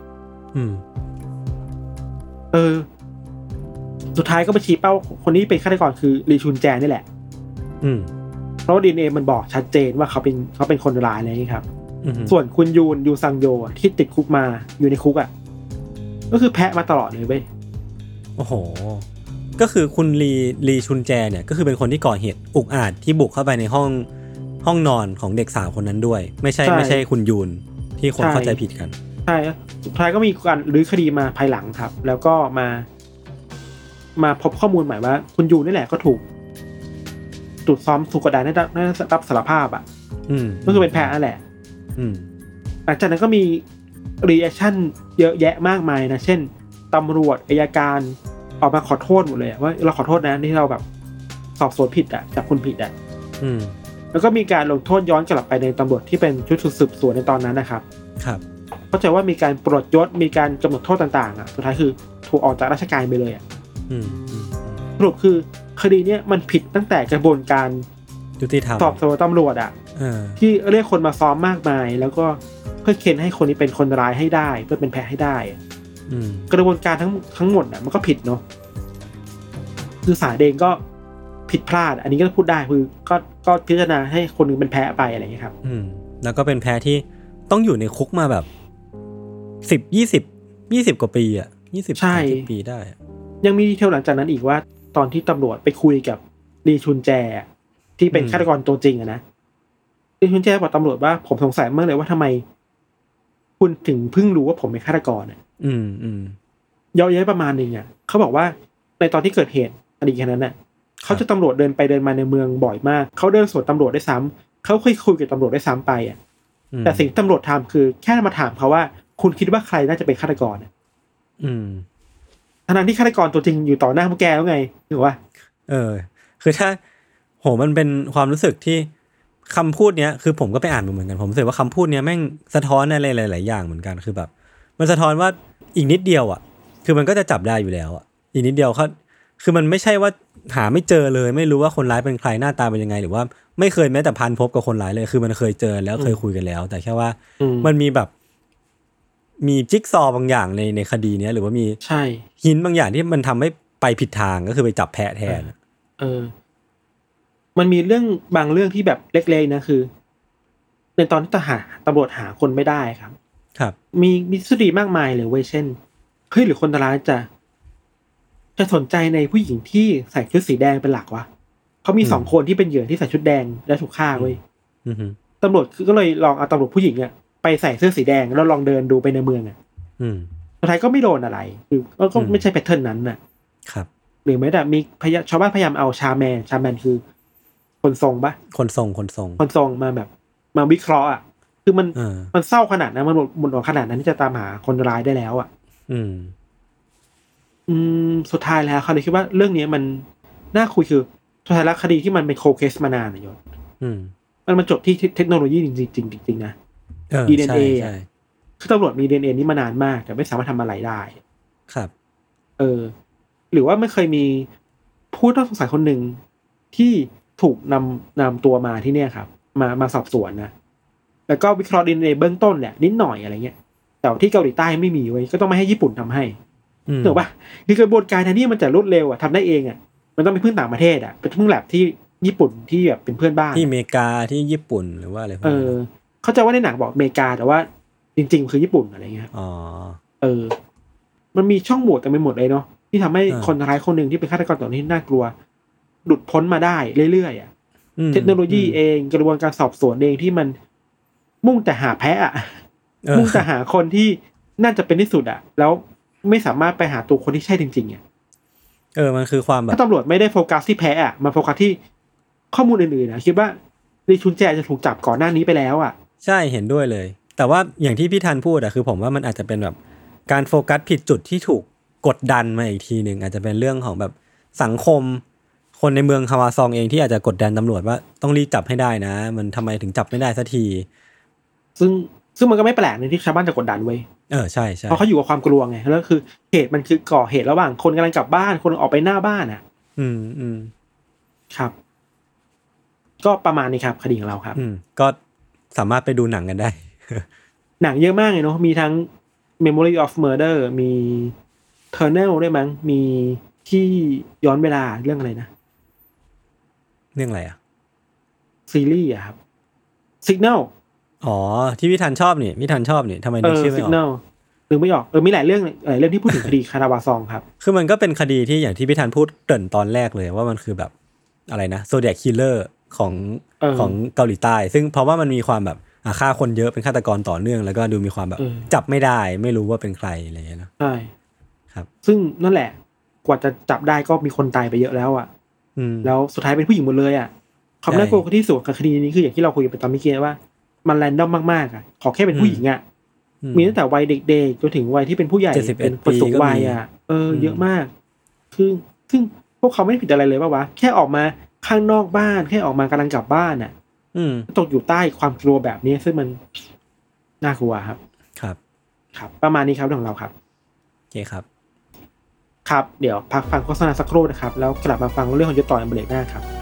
Speaker 5: สุดท้ายก็ไปชี้เป้าคนนี้เป็นฆาตกรคือลีชุนแจนี่แหละเพราะว่า DNA มันบอกชัดเจนว่าเขาเป็นคนร้ายอะไรนี่ครับส่วนคุณยูซังโยที่ติดคุกมาอยู่ในคุกอ่ะก็คือแพะมาตลอดเลยเว้ย
Speaker 4: โอ้โหก็คือคุณลีชุนแจเนี่ยก็คือเป็นคนที่ก่อเหตุอุกอาจที่บุกเข้าไปในห้องนอนของเด็กสาวคนนั้นด้วยไม่ใช่คุณยูนที่คนเข้าใจผิดกัน
Speaker 5: ใช่สุดท้ายก็มีการรื้อคดีมาภายหลังครับแล้วก็มาพบข้อมูลใหม่ว่าคุณยูนนี่แหละก็ถูกซ้อมถูกกดดันให้รับสารภาพอ่ะก็คือเป็นแพ้นั่นแหละหลังจากนั้นก็มีรีแอคชั่นเยอะแยะมากมายนะเช่นตำรวจอัยการออกมาขอโทษหมดเลยว่าเราขอโทษนะที่เราแบบสอบสวนผิดอ่ะจับคุณผิดอ่ะแล้วก็มีการลงโทษย้อนกลับไปในตำรวจที่เป็นชุดสืบสวนในตอนนั้นนะครับเข้าใจว่ามีการปลดยศมีการกำหนดโทษต่างๆอ่ะสุดท้ายคือถูกออกจากราชการไปเลยอ่ะสรุปคือคดีเนี้ยมันผิดตั้งแต่กระบวนการ
Speaker 4: ยุติธรรม
Speaker 5: สอบสวนตำรวจอ่ะที่เรียกคนมาซ้อมมากมายแล้วก็เพื่อเค้นให้คนนี้เป็นคนร้ายให้ได้เพื่อเป็นแพ้ให้ได้กระบวนการทั้งหมดอ่ะมันก็ผิดเนาะคือศาลเองก็ผิดพลาดอันนี้ก็พูดได้คือก็พิจารณาให้คนนึงเป็นแพ้ไปอะไรอย่างเงี้ยครับ
Speaker 4: แล้วก็เป็นแพ้ที่ต้องอยู่ในคุกมาแบบ20 กว่าปีอ่ะ20-30 ปีได้
Speaker 5: ยังมีดีเทลหลังจากนั้นอีกว่าตอนที่ตำรวจไปคุยกับลีชุนแจที่เป็นฆาตกรตัวจริงอะนะลีชุนแจบอกตำรวจว่าผมสงสัยมากเลยว่าทำไมคุณถึงเพิ่งรู้ว่าผมเป็นฆาตกรเยอะแยะประมาณนึงอ่ะเขาบอกว่าในตอนที่เกิดเหตุคดีนั้นน่ะเขาจะตำรวจเดินไปเดินมาในเมืองบ่อยมากเขาเดินสวนตำรวจได้ซ้ำเขาเคยคุยกับตำรวจได้ซ้ำไปอ่ะแต่สิ่งตำรวจทำคือแค่มาถามเขาว่าคุณคิดว่าใครน่าจะเป็นฆาตกรทั้งที่ฆาตกรตัวจริงอยู่ต่อหน้าพวกแกแล้วไงหรือว่า
Speaker 4: คือถ้าโหมันเป็นความรู้สึกที่คำพูดเนี้ยคือผมก็ไปอ่านมาเหมือนกันผมรู้สึกว่าคำพูดเนี้ยแม่งสะท้อนอะไรหลายๆอย่างเหมือนกันคือแบบมันสะท้อนว่าอีกนิดเดียวอ่ะคือมันก็จะจับได้อยู่แล้วอ่ะอีกนิดเดียวเขาคือมันไม่ใช่ว่าหาไม่เจอเลยไม่รู้ว่าคนร้ายเป็นใครหน้าตาเป็นยังไงหรือว่าไม่เคยแม้แต่พันพบกับคนร้ายเลยคือมันเคยเจอแล้วเคยคุยกันแล้วแต่แค่ว่ามันมีแบบมีจิ๊กซอว์บางอย่างในคดีเนี้ยหรือว่ามี
Speaker 5: ใช่
Speaker 4: หินบางอย่างที่มันทำให้ไปผิดทางก็คือไปจับแพะแทน
Speaker 5: มันมีเรื่องบางเรื่องที่แบบเล็กๆนะคือในตอนที่ตำรวจหาคนไม่ได้ครับมีทฤษฎีมากมายเลยเว้ยเช่นเฮ้ยหรือคนร้ายจะสนใจในผู้หญิงที่ใส่ชุดสีแดงเป็นหลักวะเขามี2คนที่เป็นเหยื่อที่ใส่ชุดแดงและถูกฆ่าเว้ยตำรวจก็เลยลองเอาตำรวจผู้หญิงอ่ะไปใส่เสื้อสีแดงแล้วลองเดินดูไปในเมืองอ่ะสุดท้ายก็ไม่โดนอะไรคือก็ไม่ใช่แพทเทิร์นนั้นน่ะ
Speaker 4: ครับ
Speaker 5: หรือแม้แต่มีชาวบ้านพยายามเอาชาแมนคือคนทรงปะ
Speaker 4: คนทรง
Speaker 5: มาแบบมาวิเคราะห์อ่ะคือมันเศร้าขนาดนั้นมันหมดขนาดนั้นที่จะตามหาคนร้ายได้แล้วอ่ะสุดท้ายแล้วเขาเลยคิดว่าเรื่องนี้มันน่าคุยคือสุดท้ายแล้วคดีที่มันเป็นโคเคสมานานนะยศมันจบที่เทคโนโลยีจริงๆนะ DNA คือตำรวจมี DNA นี้มานานมากแต่ไม่สามารถทำอะไรได้
Speaker 4: ครับ
Speaker 5: หรือว่าไม่เคยมีผู้ต้องสงสัยคนหนึ่งที่ถูกนำตัวมาที่เนี่ยครับมาสอบสวนนะแล้วก็วิเคราะห์ DNA เบื้องต้นแหละนิดหน่อยอะไรเงี้ยแต่ที่เกาหลีใต้ไม่มีไว้ก็ต้องไม่ให้ญี่ปุ่นทำให้ถูกป่ะนี่กระบวนการแทนที่มันจะรวดเร็วอ่ะทำได้เองอ่ะมันต้องไปพึ่งต่างประเทศอ่ะไปพึ่งแลบที่ญี่ปุ่นที่แบบเป็นเพื่อนบ้าน
Speaker 4: ที่อเมริกาที่ญี่ปุ่นหรือว่าอะไรพวกนี้
Speaker 5: เข้าใจว่าในหนังบอกอเมริกาแต่ว่าจริงๆคือญี่ปุ่นอะไรเงี้ยมันมีช่องโหว่เต็มไปหมดเลยเนาะที่ทำให้คนร้ายคนหนึ่งที่เป็นฆาตกรต่อเนื่องน่ากลัวหลุดพ้นมาได้เรื่อยๆอ่ะเทคโนโลยีเองกระบวนการสอบสวนเองที่มันมุ่งแต่หาแพ้อ่ะมุ่งแต่หาคนที่น่าจะเป็นที่สุดอ่ะแล้วไม่สามารถไปหาตัวคนที่ใช่จริงๆอ่ะ
Speaker 4: มันคือความแบบ
Speaker 5: ถ้าตำรวจไม่ได้โฟกัสที่แพ้อ่ะมาโฟกัสที่ข้อมูลอื่นๆนะคิดว่าลีชุนแจจะถูกจับก่อนหน้านี้ไปแล้วอ่ะ
Speaker 4: ใช่เห็นด้วยเลยแต่ว่าอย่างที่พี่ธันพูดอ่ะคือผมว่ามันอาจจะเป็นแบบการโฟกัสผิดจุดที่ถูกกดดันมาอีกทีนึงอาจจะเป็นเรื่องของแบบสังคมคนในเมืองฮาวาซองเองที่อาจจะกดดันตำรวจว่าต้องรีบจับให้ได้นะมันทำไมถึงจับไม่ได้สักที
Speaker 5: ซึ่งมันก็ไม่แปลกในที่ชาวบ้านจะกดดันไว้
Speaker 4: ใช่
Speaker 5: เพราะเขาอยู่กับความกลัวไงแล้วคือเหตุมันคือก่อเหตุระหว่างคนกำลังกลับบ้านคนออกไปหน้าบ้านอ่ะครับก็ประมาณนี้ครับคดีของเราครับ
Speaker 4: ก็สามารถไปดูหนังกันได้
Speaker 5: หนังเยอะมากเลยเนาะมีทั้ง Memory of Murder มี Tunnel ด้วยมั้งมีที่ย้อนเวลาเรื่องอะไรนะ
Speaker 4: เรื่องอะไรอ่ะ
Speaker 5: ซีรีส์อ่ะครับ Signal
Speaker 4: ที่พี่ธันชอบนี่ทำไมนึกชื่อไม่ออก
Speaker 5: หรือไม่ออกมีหลายเรื่องที่พูดถึงคดีคาราวาซองครับ
Speaker 4: คือมันก็เป็นคดีที่อย่างที่พี่ธันพูดเกริ่นตอนแรกเลยว่ามันคือแบบอะไรนะ Zodiac Killer ของเกาหลีใต้ซึ่งเพราะว่ามันมีความแบบฆ่าคนเยอะเป็นฆาตกรต่อเนื่องแล้วก็ดูมีความแบบจับไม่ได้ไม่รู้ว่าเป็นใครอะไรอย่างเงี้ยเนาะ
Speaker 5: ใช่
Speaker 4: ครับ
Speaker 5: ซึ่งนั่นแหละกว่าจะจับได้ก็มีคนตายไปเยอะแล้วอ่ะแล้วสุดท้ายเป็นผู้หญิงหมดเลยอ่ะความน่ากลัวที่สุดกับคดีนี้คืออย่างที่เราคุยกันไปตอนเมื่อกี้ว่ามันแรนดอมมากๆอ่ะขอแค่เป็นผู้หญิงอ่ะมีตั้งแต่วัยเด็กๆจนถึงวัยที่เป็นผู้ใหญ่เป็นผู้สูงวัยอ่ะเยอะมากซึ่งพวกเขาไม่ผิดอะไรเลยป่ะวะแค่ออกมาข้างนอกบ้านแค่ออกมากำลังกลับบ้านอ่ะตกอยู่ใต้ความกลัวแบบนี้ซึ่งมันน่ากลัวครับครับประมาณนี้ครับเรื่องของเราครับ
Speaker 4: โอเค
Speaker 5: ครับเดี๋ยวพักฟังโฆษณาสักครู่นะครับแล้วกลับมาฟังเรื่องของยศต่อในเบรกหน้าครับ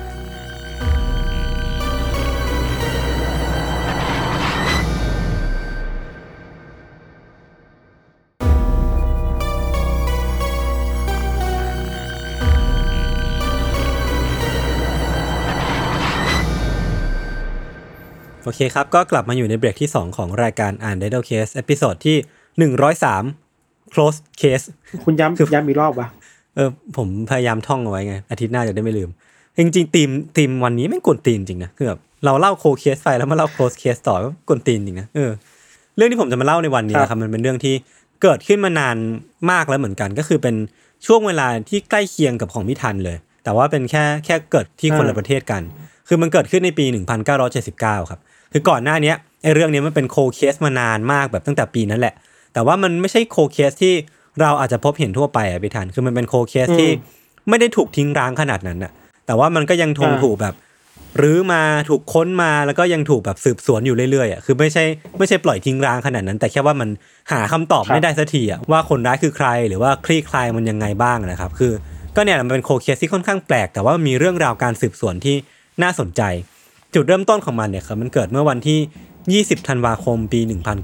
Speaker 4: โอเคครับก็กลับมาอยู่ในเบรกที่2ของรายการ Untitled Case เอพิโซดที่103 Close Case
Speaker 5: คุณย้ำอีกรอบวะ
Speaker 4: ผมพยายามท่องเอาไว้ไงอาทิตย์หน้าจะได้ไม่ลืมจริงๆทีมวันนี้ไม่กวนตีนจริงนะคือแบบเราเล่า Cold Case ไปแล้วมาเล่า Close Case ต่อก็กวนตีนจริงนะเรื่องที่ผมจะมาเล่าในวันนี้นะครับมันเป็นเรื่องที่เกิดขึ้นมานานมากแล้วเหมือนกันก็คือเป็นช่วงเวลาที่ใกล้เคียงกับของพี่ธันเลยแต่ว่าเป็นแค่เกิดที่คนละประเทศกันคือมันเกิดขึ้นในปี1979ครับคือก่อนหน้านี้ไอ้เรื่องนี้มันเป็นโคเคสมานานมากแบบตั้งแต่ปีนั้นแหละแต่ว่ามันไม่ใช่โคเคสที่เราอาจจะพบเห็นทั่วไปอ่ะพี่ทันคือมันเป็นโคเคสที่ไม่ได้ถูกทิ้งร้างขนาดนั้นน่ะแต่ว่ามันก็ยังถูกแบบรื้อมาถูกค้นมาแล้วก็ยังถูกแบบสืบสวนอยู่เรื่อยๆอ่ะคือไม่ใช่ปล่อยทิ้งร้างขนาดนั้นแต่แค่ว่ามันหาคำตอบไม่ได้สักทีอ่ะว่าคนร้ายคือใครหรือว่าคลี่คลายมันยังไงบ้างนะครับคือก็เนี่ยมันเป็นโคเคสที่ค่อนข้างแปลกแต่ว่ามีเรื่องราวการสืบสวนที่น่าสนใจจุดเริ่มต้นของมันเนี่ยครับมันเกิดเมื่อวันที่20ธันวาคมปี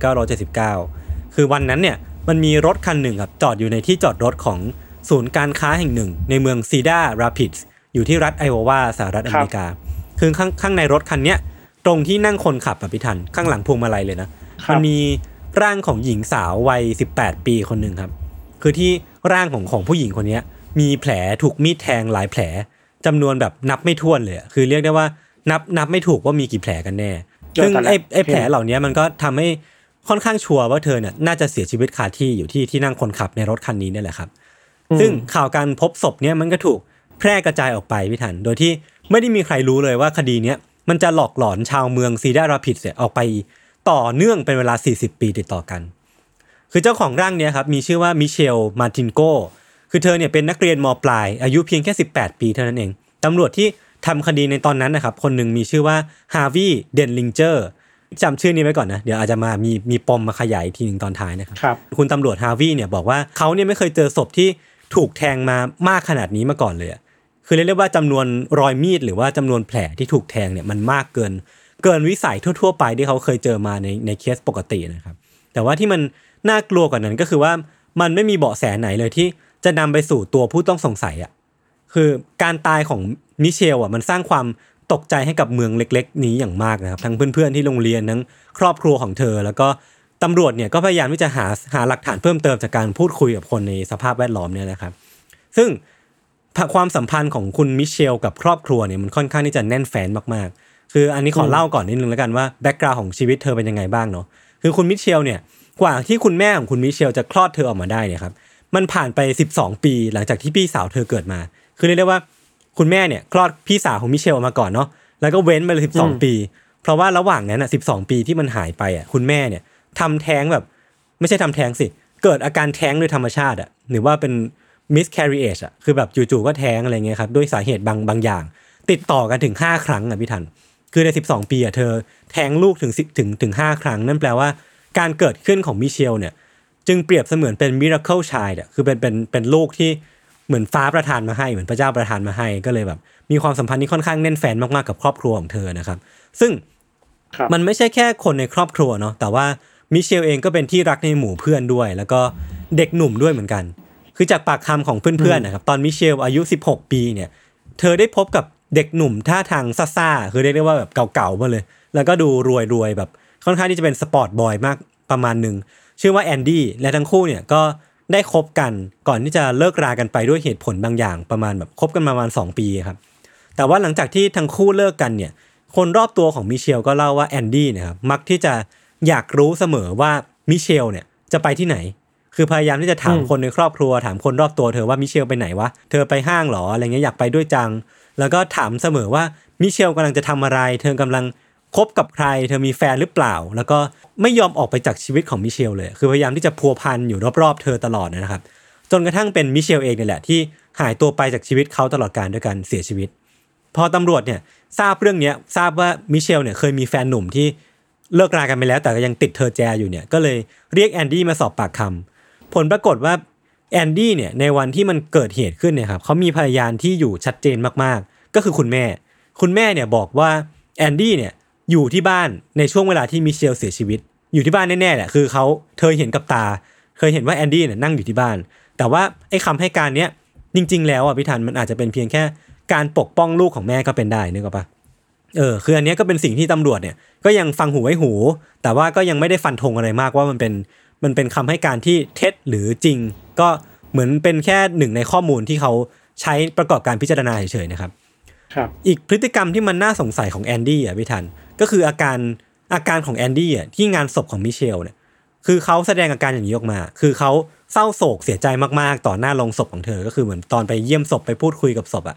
Speaker 4: 1979คือวันนั้นเนี่ยมันมีรถคันหนึ่งครับจอดอยู่ในที่จอดรถของศูนย์การค้าแห่งหนึ่งในเมืองซีดาร์ราพิดส์อยู่ที่รัฐไอโอวาสหรัฐอเมริกาคือข้างในรถคันเนี้ยตรงที่นั่งคนขับพี่ทันข้างหลังพวงมาลัยเลยนะมันมีร่างของหญิงสาววัย18ปีคนหนึ่งครับคือที่ร่างของผู้หญิงคนนี้มีแผลถูกมีดแทงหลายแผลจำนวนแบบนับไม่ถ้วนเลยคือเรียกได้ว่านับไม่ถูกว่ามีกี่แผลกันแน่ซึ่งไอ้แผลเหล่านี้มันก็ทำให้ค่อนข้างชัวร์ว่าเธอเนี่ยน่าจะเสียชีวิตคาที่อยู่ที่นั่งคนขับในรถคันนี้นี่แหละครับซึ่งข่าวการพบศพเนี่ยมันก็ถูกแพร่กระจายออกไปพี่ทันโดยที่ไม่ได้มีใครรู้เลยว่าคดีเนี้ยมันจะหลอกหลอนชาวเมืองซีดาร์ราพิดส์ออกไปต่อเนื่องเป็นเวลา40ปีติดต่อกันคือเจ้าของร่างเนี้ยครับมีชื่อว่ามิเชลมาร์ตินโกคือเธอเนี่ยเป็นนักเรียนม.ปลายอายุเพียงแค่18ปีเท่านั้นเองตำรวจที่ทำคดีในตอนนั้นนะครับคนหนึ่งมีชื่อว่าฮาร์วีย์เดนลิงเจอร์จำชื่อนี้ไว้ก่อนนะเดี๋ยวอาจจะมามีปมมาขยายทีนึงตอนท้ายนะครับคุณตำรวจฮาร์วีย์เนี่ยบอกว่าเขาเนี่ยไม่เคยเจอศพที่ถูกแทงมามากขนาดนี้มาก่อนเลยคือเรียกว่าจำนวนรอยมีดหรือว่าจำนวนแผลที่ถูกแทงเนี่ยมันมากเกินวิสัยทั่วๆไปที่เขาเคยเจอมาในเคสปกตินะครับแต่ว่าที่มันน่ากลัวกว่านั้นก็คือว่ามันไม่มีเบาะแสไหนเลยที่จะนำไปสู่ตัวผู้ต้องสงสัยคือการตายของมิเชลมันสร้างความตกใจให้กับเมืองเล็กๆนี้อย่างมากนะครับทั้งเพื่อนๆที่โรงเรียนทั้งครอบครัวของเธอแล้วก็ตำรวจเนี่ยก็พยายามที่จะหาหลักฐานเพิ่มเติมจากการพูดคุยกับคนในสภาพแวดล้อมเนี่ยนะครับซึ่งความสัมพันธ์ของคุณมิเชลกับครอบครัวเนี่ยมันค่อนข้างที่จะแน่นแฟ้นมากๆคืออันนี้ขอเล่าก่อนนิดนึงแล้วกันว่าแบ็คกราวด์ของชีวิตเธอเป็นยังไงบ้างเนาะคือคุณมิเชลเนี่ยกว่าที่คุณแม่ของคุณมิเชลจะคลอดเธอออกมาได้เนี่ยครับมันผ่านไป12ปีหลังจากที่พี่สาวเธอเกิดมาคือเรียกได้ว่าคุณแม่เนี่ยคลอดพี่สาวของมิเชลออกมาก่อนเนาะแล้วก็เว้นไปเลย12ปีเพราะว่าระหว่างนั้น12ปีที่มันหายไปคุณแม่เนี่ยทำแท้งแบบไม่ใช่ทำแท้งสิเกิดอาการแท้งโดยธรรมชาติหรือว่าเป็น miscarriage คือแบบจู่ๆก็แท้งอะไรเงี้ยครับด้วยสาเหตุบางอย่างติดต่อกันถึง5ครั้งพี่ทันคือใน12ปีเธอแท้งลูกถึง5ครั้งนั่นแปลว่าการเกิดขึ้นของมิเชลเนี่ยจึงเปรียบเสมือนเป็น miracle child คือเป็นลูกที่เหมือนฟ้าประทานมาให้เหมือนพระเจ้าประทานมาให้ก็เลยแบบมีความสัมพันธ์ที่ค่อนข้างแน่นแฟ้นมากๆกับครอบครัวของเธอนะครับซึ่งมันไม่ใช่แค่คนในครอบครัวเนาะแต่ว่ามิเชลเองก็เป็นที่รักในหมู่เพื่อนด้วยแล้วก็เด็กหนุ่มด้วยเหมือนกันคือจากปากคำของเพื่อนๆนะครับตอนมิเชลอายุ16ปีเนี่ยเธอได้พบกับเด็กหนุ่มท่าทางซ่าๆคือเรียกได้ว่าแบบเก่าๆมาเลยแล้วก็ดูรวยๆแบบค่อนข้างที่จะเป็นสปอร์ตบอยมากประมาณนึงชื่อว่าแอนดี้และทั้งคู่เนี่ยก็ได้คบกันก่อนที่จะเลิกรากันไปด้วยเหตุผลบางอย่างประมาณแบบคบกันประมาณ2ปีครับแต่ว่าหลังจากที่ทั้งคู่เลิกกันเนี่ยคนรอบตัวของมิเชลก็เล่าว่าแอนดี้เนี่ยครับมักที่จะอยากรู้เสมอว่ามิเชลเนี่ยจะไปที่ไหนคือพยายามที่จะถามคนในครอบครัวถามคนรอบตัวเธอว่ามิเชลไปไหนวะเธอไปห้างหรออะไรเงี้ยอยากไปด้วยจังแล้วก็ถามเสมอว่ามิเชลกำลังจะทำอะไรเธอกำลังคบกับใครเธอมีแฟนหรือเปล่าแล้วก็ไม่ยอมออกไปจากชีวิตของมิเชลเลยคือพยายามที่จะพัวพันอยู่รอบๆเธอตลอดนะครับจนกระทั่งเป็นมิเชลเองนี่แหละที่หายตัวไปจากชีวิตเขาตลอดกาลด้วยการเสียชีวิตพอตำรวจเนี่ยทราบเรื่องนี้ทราบว่ามิเชลเนี่ยเคยมีแฟนหนุ่มที่เลิกรากันไปแล้วแต่ก็ยังติดเธอแจอยู่เนี่ยก็เลยเรียกแอนดี้มาสอบปากคำผลปรากฏว่าแอนดี้เนี่ยในวันที่มันเกิดเหตุขึ้นเนี่ยครับเขามีพยานที่อยู่ชัดเจนมากๆก็คือคุณแม่เนี่ยบอกว่าแอนดี้เนี่ยอยู่ที่บ้านในช่วงเวลาที่มิเชลเสียชีวิตอยู่ที่บ้านแน่ๆแหละคือเธอเห็นกับตาเคยเห็นว่าแอนดี้เนี่ยนั่งอยู่ที่บ้านแต่ว่าไอ้คำให้การเนี้ยจริงๆแล้วพี่ทันมันอาจจะเป็นเพียงแค่การปกป้องลูกของแม่ก็เป็นได้นึกออกปะคืออันนี้ก็เป็นสิ่งที่ตำรวจเนี่ยก็ยังฟังหูไว้หูแต่ว่าก็ยังไม่ได้ฟันธงอะไรมากว่ามันเป็นคำให้การที่เท็จหรือจริงก็เหมือนเป็นแค่หนึ่งในข้อมูลที่เขาใช้ประกอบการพิจารณาเฉยๆนะครับอีกพฤติกรรมที่มันน่าสงสัยของแอนดี้พี่ทันก็คืออาการของแอนดี้ที่งานศพของมิเชลเนี่ยคือเขาแสดงอาการอย่างนี้ออกมาคือเขาเศร้าโศกเสียใจมากๆต่อหน้าโลงศพของเธอก็คือเหมือนตอนไปเยี่ยมศพไปพูดคุยกับศพ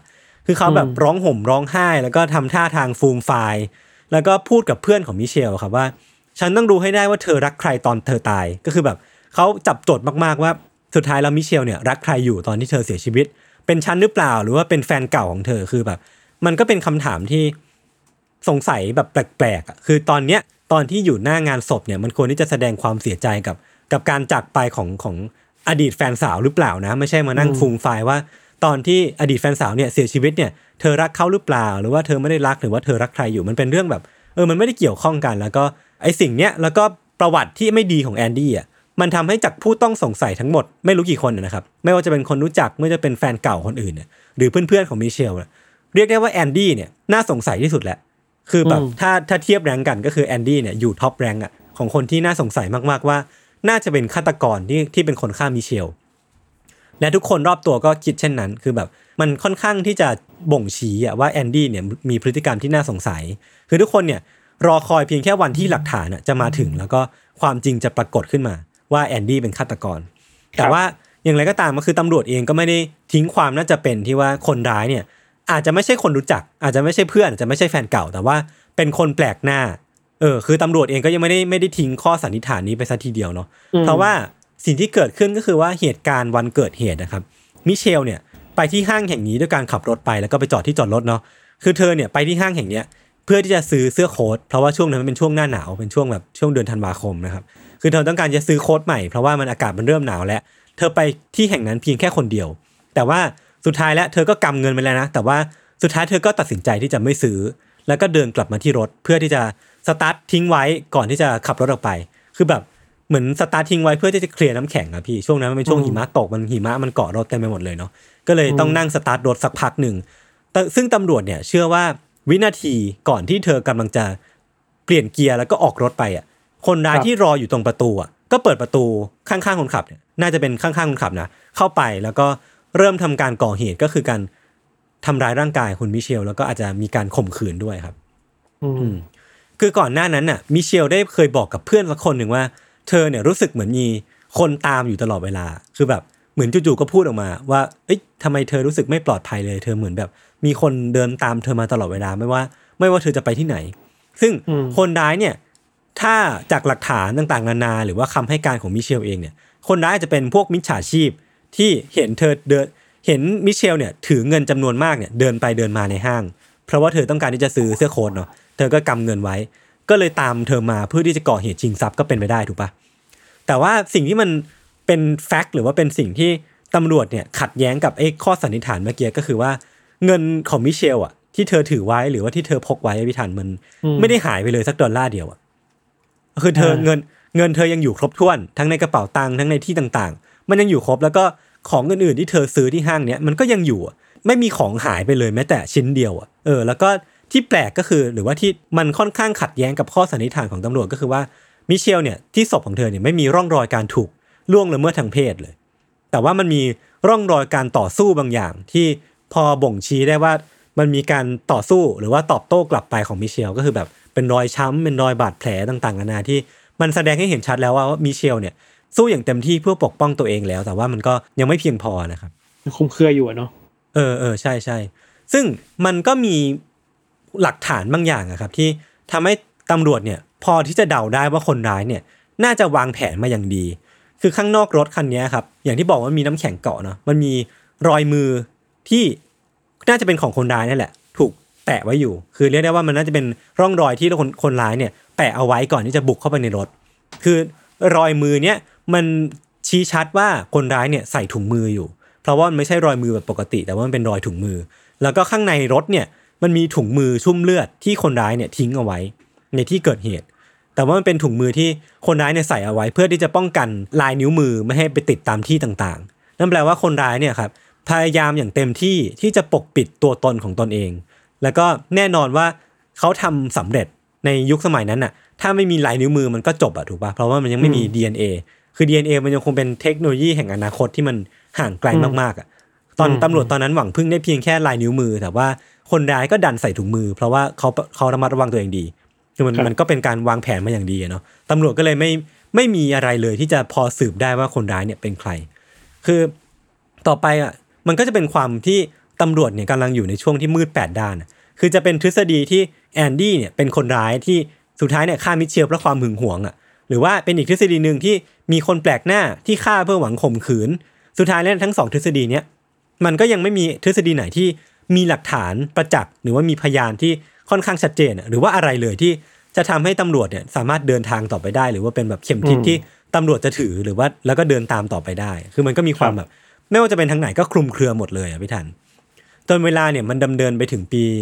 Speaker 4: คือเขาแบบร้องห่มร้องไห้แล้วก็ทำท่าทางฟูมฟายแล้วก็พูดกับเพื่อนของมิเชลครับว่าฉันต้องรู้ให้ได้ว่าเธอรักใครตอนเธอตายก็คือแบบเขาจับโจทย์มากๆว่าสุดท้ายแล้วมิเชลเนี่ยรักใครอยู่ตอนที่เธอเสียชีวิตเป็นฉันหรือเปล่าหรือว่าเป็นแฟนเก่าของเธอคือแบบมันก็เป็นคำถามที่สงสัยแบบแปลกๆคือตอนที่อยู่หน้างานศพเนี่ยมันควรที่จะแสดงความเสียใจกับการจากไปของอดีตแฟนสาวหรือเปล่านะไม่ใช่มานั่งฟูมฟายว่าตอนที่อดีตแฟนสาวเนี่ยเสียชีวิตเนี่ยเธอรักเขาหรือเปล่าหรือว่าเธอไม่ได้รักหรือว่าเธอรักใครอยู่มันเป็นเรื่องแบบมันไม่ได้เกี่ยวข้องกันแล้วก็ไอ้สิ่งเนี้ยแล้วก็ประวัติที่ไม่ดีของแอนดี้อ่ะมันทำให้จากผู้ต้องสงสัยทั้งหมดไม่รู้กี่คนนะครับไม่ว่าจะเป็นคนรู้จักไม่ว่าจะเป็นแฟนเก่าคนอื่นเนี่ยหรือเพื่อนๆของมิเชลเรียกได้ว่าแอนดี้เนี่ยน่าสงสัยที่สุดแหละคือแบบถ้าเทียบแรงกันก็คือแอนดี้เนี่ยอยู่ท็อปแรงอ่ะของคนที่น่าสงสัยมากๆว่าน่าจะเป็นฆาตกรที่เป็นคนฆ่ามิเชลและทุกคนรอบตัวก็คิดเช่นนั้นคือแบบมันค่อนข้างที่จะบ่งชี้ว่าแอนดี้เนี่ยมีพฤติกรรมที่น่าสงสัยคือทุกคนเนี่ยรอคอยเพียงแค่วันที่หลักฐานจะมาถึงแล้วก็ความจริงจะปรากฏขึ้นมาว่าแอนดี้เป็นฆาตกรแต่ว่าอย่างไรก็ตามก็คือตำรวจเองก็ไม่ได้ทิ้งความน่าจะเป็นที่ว่าคนร้ายเนี่ยอาจจะไม่ใช่คนรู้จักอาจจะไม่ใช่เพื่อนอาจจะไม่ใช่แฟนเก่าแต่ว่าเป็นคนแปลกหน้าคือตำรวจเองก็ยังไม่ได้ทิ้งข้อสันนิษฐานนี้ไปซะทีเดียวเนาะเพราะว่าสิ่งที่เกิดขึ้นก็คือว่าเหตุการณ์วันเกิดเหตุนะครับมิเชลเนี่ยไปที่ห้างแห่งนี้ด้วยการขับรถไปแล้วก็ไปจอดที่จอดรถเนาะคือเธอเนี่ยไปที่ห้างแห่งนี้เพื่อที่จะซื้อเสื้อโค้ทเพราะว่าช่วงนั้นมันเป็นช่วงหน้าหนาวเป็นช่วงแบบช่วงเดือนธันวาคมนะครับคือเธอต้องการจะซื้อโค้ทใหม่เพราะว่ามันอากาศมันเริ่มหนาวแล้วเธอไปที่แห่งนั้นเพียงแค่คนเดียวแต่ว่าสุดท้ายแล้วเธอก็กำเงินไปแล้วนะแต่ว่าสุดท้ายเธอก็ตัดสินใจที่จะไม่ซื้อแล้วก็เดินกลับมาที่รถเพื่อที่จะสตาร์ททิ้งไว้ก่อนที่จะขับรถออกไปคือแบบเหมือนสตาร์ททิ้งไว้เพื่อที่จะเคลียร์น้ำแข็งอะพี่ช่วงนั้นมันเป็นช่วงหิมะตกมันหิมะมันเกาะรถเต็มไปหมดเลยเนาะก็เลยต้องนั่งสตาร์ทรถสักพักหนึ่งซึ่งตำรวจเนี่ยเชื่อว่าวินาทีก่อนที่เธอกำลังจะเปลี่ยนเกียร์แล้วก็ออกรถไปอ่ะคนร้ายที่รออยู่ตรงประตูอ่ะก็เปิดประตูข้างๆคนขับเนี่ยน่าจะเป็นข้างๆคนขับนะเข้าไปแล้วก็เริ่มทำการก่อเหตุก็คือการทำร้ายร่างกายคุณมิเชลแล้วก็อาจจะมีการข่มขืนด้วยครับคือก่อนหน้านั้นน่ะมิเชลได้เคยบอกกับเพื่อนสักคนหนึ่งว่าเธอเนี่ยรู้สึกเหมือนมีคนตามอยู่ตลอดเวลาคือแบบเหมือนจู่ๆก็พูดออกมาว่าเอ๊ะทำไมเธอรู้สึกไม่ปลอดภัยเลยเธอเหมือนแบบมีคนเดินตามเธอมาตลอดเวลาไม่ว่าเธอจะไปที่ไหนซึ่งคนร้ายเนี่ยถ้าจากหลักฐานต่างๆนานาหรือว่าคำให้การของมิเชลเองเนี่ยคนร้ายอาจจะเป็นพวกมิจฉาชีพที่เห็นเธอเห็นมิเชลเนี่ยถือเงินจำนวนมากเนี่ยเดินไปเดินมาในห้างเพราะว่าเธอต้องการที่จะซื้อเสื้อโค้ทเนาะเธอก็กำเงินไว้ก็เลยตามเธอมาเพื่อที่จะก่อเหตุชิงทรัพย์ก็เป็นไปได้ถูกปะแต่ว่าสิ่งที่มันเป็นแฟกต์หรือว่าเป็นสิ่งที่ตำรวจเนี่ยขัดแย้งกับไอ้ข้อสันนิษฐานเมื่อกี้ก็คือว่าเงินของมิเชลอ่ะที่เธอถือไว้หรือว่าที่เธอพกไว้พิธันมันไม่ได้หายไปเลยสัก$เดียวอ่ะคือเธอเงินเธอยังอยู่ครบถ้วนทั้งในกระเป๋าตังค์ทั้งในที่ต่างๆมันยังอยู่ครบแล้วก็ของอื่นๆที่เธอซื้อที่ห้างเนี้ยมันก็ยังอยู่ไม่มีของหายไปเลยแม้แต่ชิ้นเดียวอ่ะแล้วก็ที่แปลกก็คือหรือว่าที่มันค่อนข้างขัดแย้งกับข้อสันนิษฐานของตำรวจก็คือว่ามิเชลเนี่ยที่ศพของเธอเนี่ยไม่มีร่องรอยการถูกล่วงละเมิดทางเพศเลยแต่ว่ามันมีร่องรอยการต่อสู้บางอย่างที่พอบ่งชี้ได้ว่ามันมีการต่อสู้หรือว่าตอบโต้กลับไปของมิเชลก็คือแบบเป็นรอยช้ำเป็นรอยบาดแผลต่างๆนานาที่มันแสดงให้เห็นชัดแล้วว่ามิเชลเนี่ยสู้อย่างเต็มที่เพื่อปกป้องตัวเองแล้วแต่ว่ามันก็ยังไม่เพียงพอนะครับ
Speaker 5: คุมเครืออยู่เนาะ
Speaker 4: ใช่ๆซึ่งมันก็มีหลักฐานบางอย่างอะครับที่ทำให้ตำรวจเนี่ยพอที่จะเดาได้ว่าคนร้ายเนี่ยน่าจะวางแผนมาอย่างดีคือข้างนอกรถคันนี้ครับอย่างที่บอกว่ามีน้ำแข็งเกาะเนาะมันมีรอยมือที่น่าจะเป็นของคนร้ายนั่นแหละถูกแปะไว้อยู่คือเรียกได้ว่ามันน่าจะเป็นร่องรอยที่คนร้ายเนี่ยแปะเอาไว้ก่อนที่จะบุกเข้าไปในรถคือรอยมือเนี้ยมันชี้ชัดว่าคนร้ายเนี่ยใส่ถุงมืออยู่เพราะว่ามันไม่ใช่รอยมือแบบปกติแต่ว่ามันเป็นรอยถุงมือแล้วก็ข้างในรถเนี่ยมันมีถุงมือชุ่มเลือดที่คนร้ายเนี่ยทิ้งเอาไว้ในที่เกิดเหตุแต่ว่ามันเป็นถุงมือที่คนร้ายเนี่ยใส่เอาไว้เพื่อที่จะป้องกันลายนิ้วมือไม่ให้ไปติดตามที่ต่างๆนั่นแปลว่าคนร้ายเนี่ยครับพยายามอย่างเต็มที่ที่จะปกปิดตัวตนของตนเองแล้วก็แน่นอนว่าเขาทำสำเร็จในยุคสมัยนั้นน่ะถ้าไม่มีลายนิ้วมือมันก็จบอะถูกป่ะเพราะว่ามันยังไม่มี DNA คือ DNA มันยังคงเป็นเทคโนโลยีแห่งอนาคตที่มันห่างไกลมากๆอะตอนตำรวจตอนนั้นหวังพึ่งได้เพียงแค่ลายนิ้วมือแต่ว่าคนร้ายก็ดันใส่ถุงมือเพราะว่าเขาระมัดระวังตัวเองดีคือมันก็เป็นการวางแผนมาอย่างดีเนาะตำรวจก็เลยไม่มีอะไรเลยที่จะพอสืบได้ว่าคนร้ายเนี่ยเป็นใครคือต่อไปอ่ะมันก็จะเป็นความที่ตำรวจเนี่ยกำลังอยู่ในช่วงที่มืด8ด้านคือจะเป็นทฤษฎีที่แอนดี้เนี่ยเป็นคนร้ายที่สุดท้ายเนี่ยฆ่ามิเชลเพราะความหึงหวงหรือว่าเป็นอีกทฤษฎีนึงที่มีคนแปลกหน้าที่ฆ่าเพื่อหวังข่มขืนสุดท้ายแล้วทั้ง2ทฤษฎีเนี้ยมันก็ยังไม่มีทฤษฎีไหนที่มีหลักฐานประจักษ์หรือว่ามีพยานที่ค่อนข้างชัดเจนหรือว่าอะไรเลยที่จะทำให้ตำรวจเนี่ยสามารถเดินทางต่อไปได้หรือว่าเป็นแบบเข็มทิศที่ตำรวจจะถือหรือว่าแล้วก็เดินตามต่อไปได้คือมันก็มีความแบบไม่ว่าจะเป็นทางไหนก็คลุมเครือหมดเลยพี่ทันจนเวลาเนี่ยมันดำเนินไปถึงปี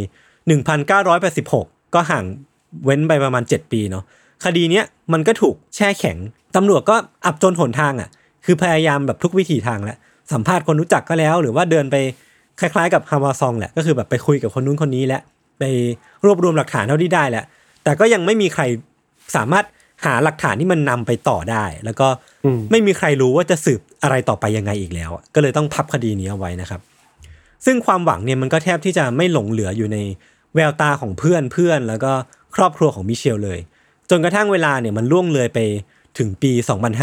Speaker 4: 1986ก็ห่างเว้นไปประมาณ7ปีเนาะคดีเนี้ยมันก็ถูกแช่แข็งตำรวจก็อับจนหนทางคือพยายามแบบทุกวิถีทางแล้วสัมภาษณ์คนรู้จักก็แล้วหรือว่าเดินไปคล้ายๆกับฮาวาซองแหละก็คือแบบไปคุยกับคนนู้นคนนี้และไปรวบรวมหลักฐานเท่าที่ได้แหละแต่ก็ยังไม่มีใครสามารถหาหลักฐานที่มันนำไปต่อได้แล้วก็ไม่มีใครรู้ว่าจะสืบอะไรต่อไปยังไงอีกแล้วก็เลยต้องพับคดีนี้เอาไว้นะครับซึ่งความหวังเนี่ยมันก็แทบที่จะไม่หลงเหลืออยู่ในแววตาของเพื่อนแล้วก็ครอบครัวของมิเชลเลยจนกระทั่งเวลาเนี่ยมันล่วงเลยไปถึงปี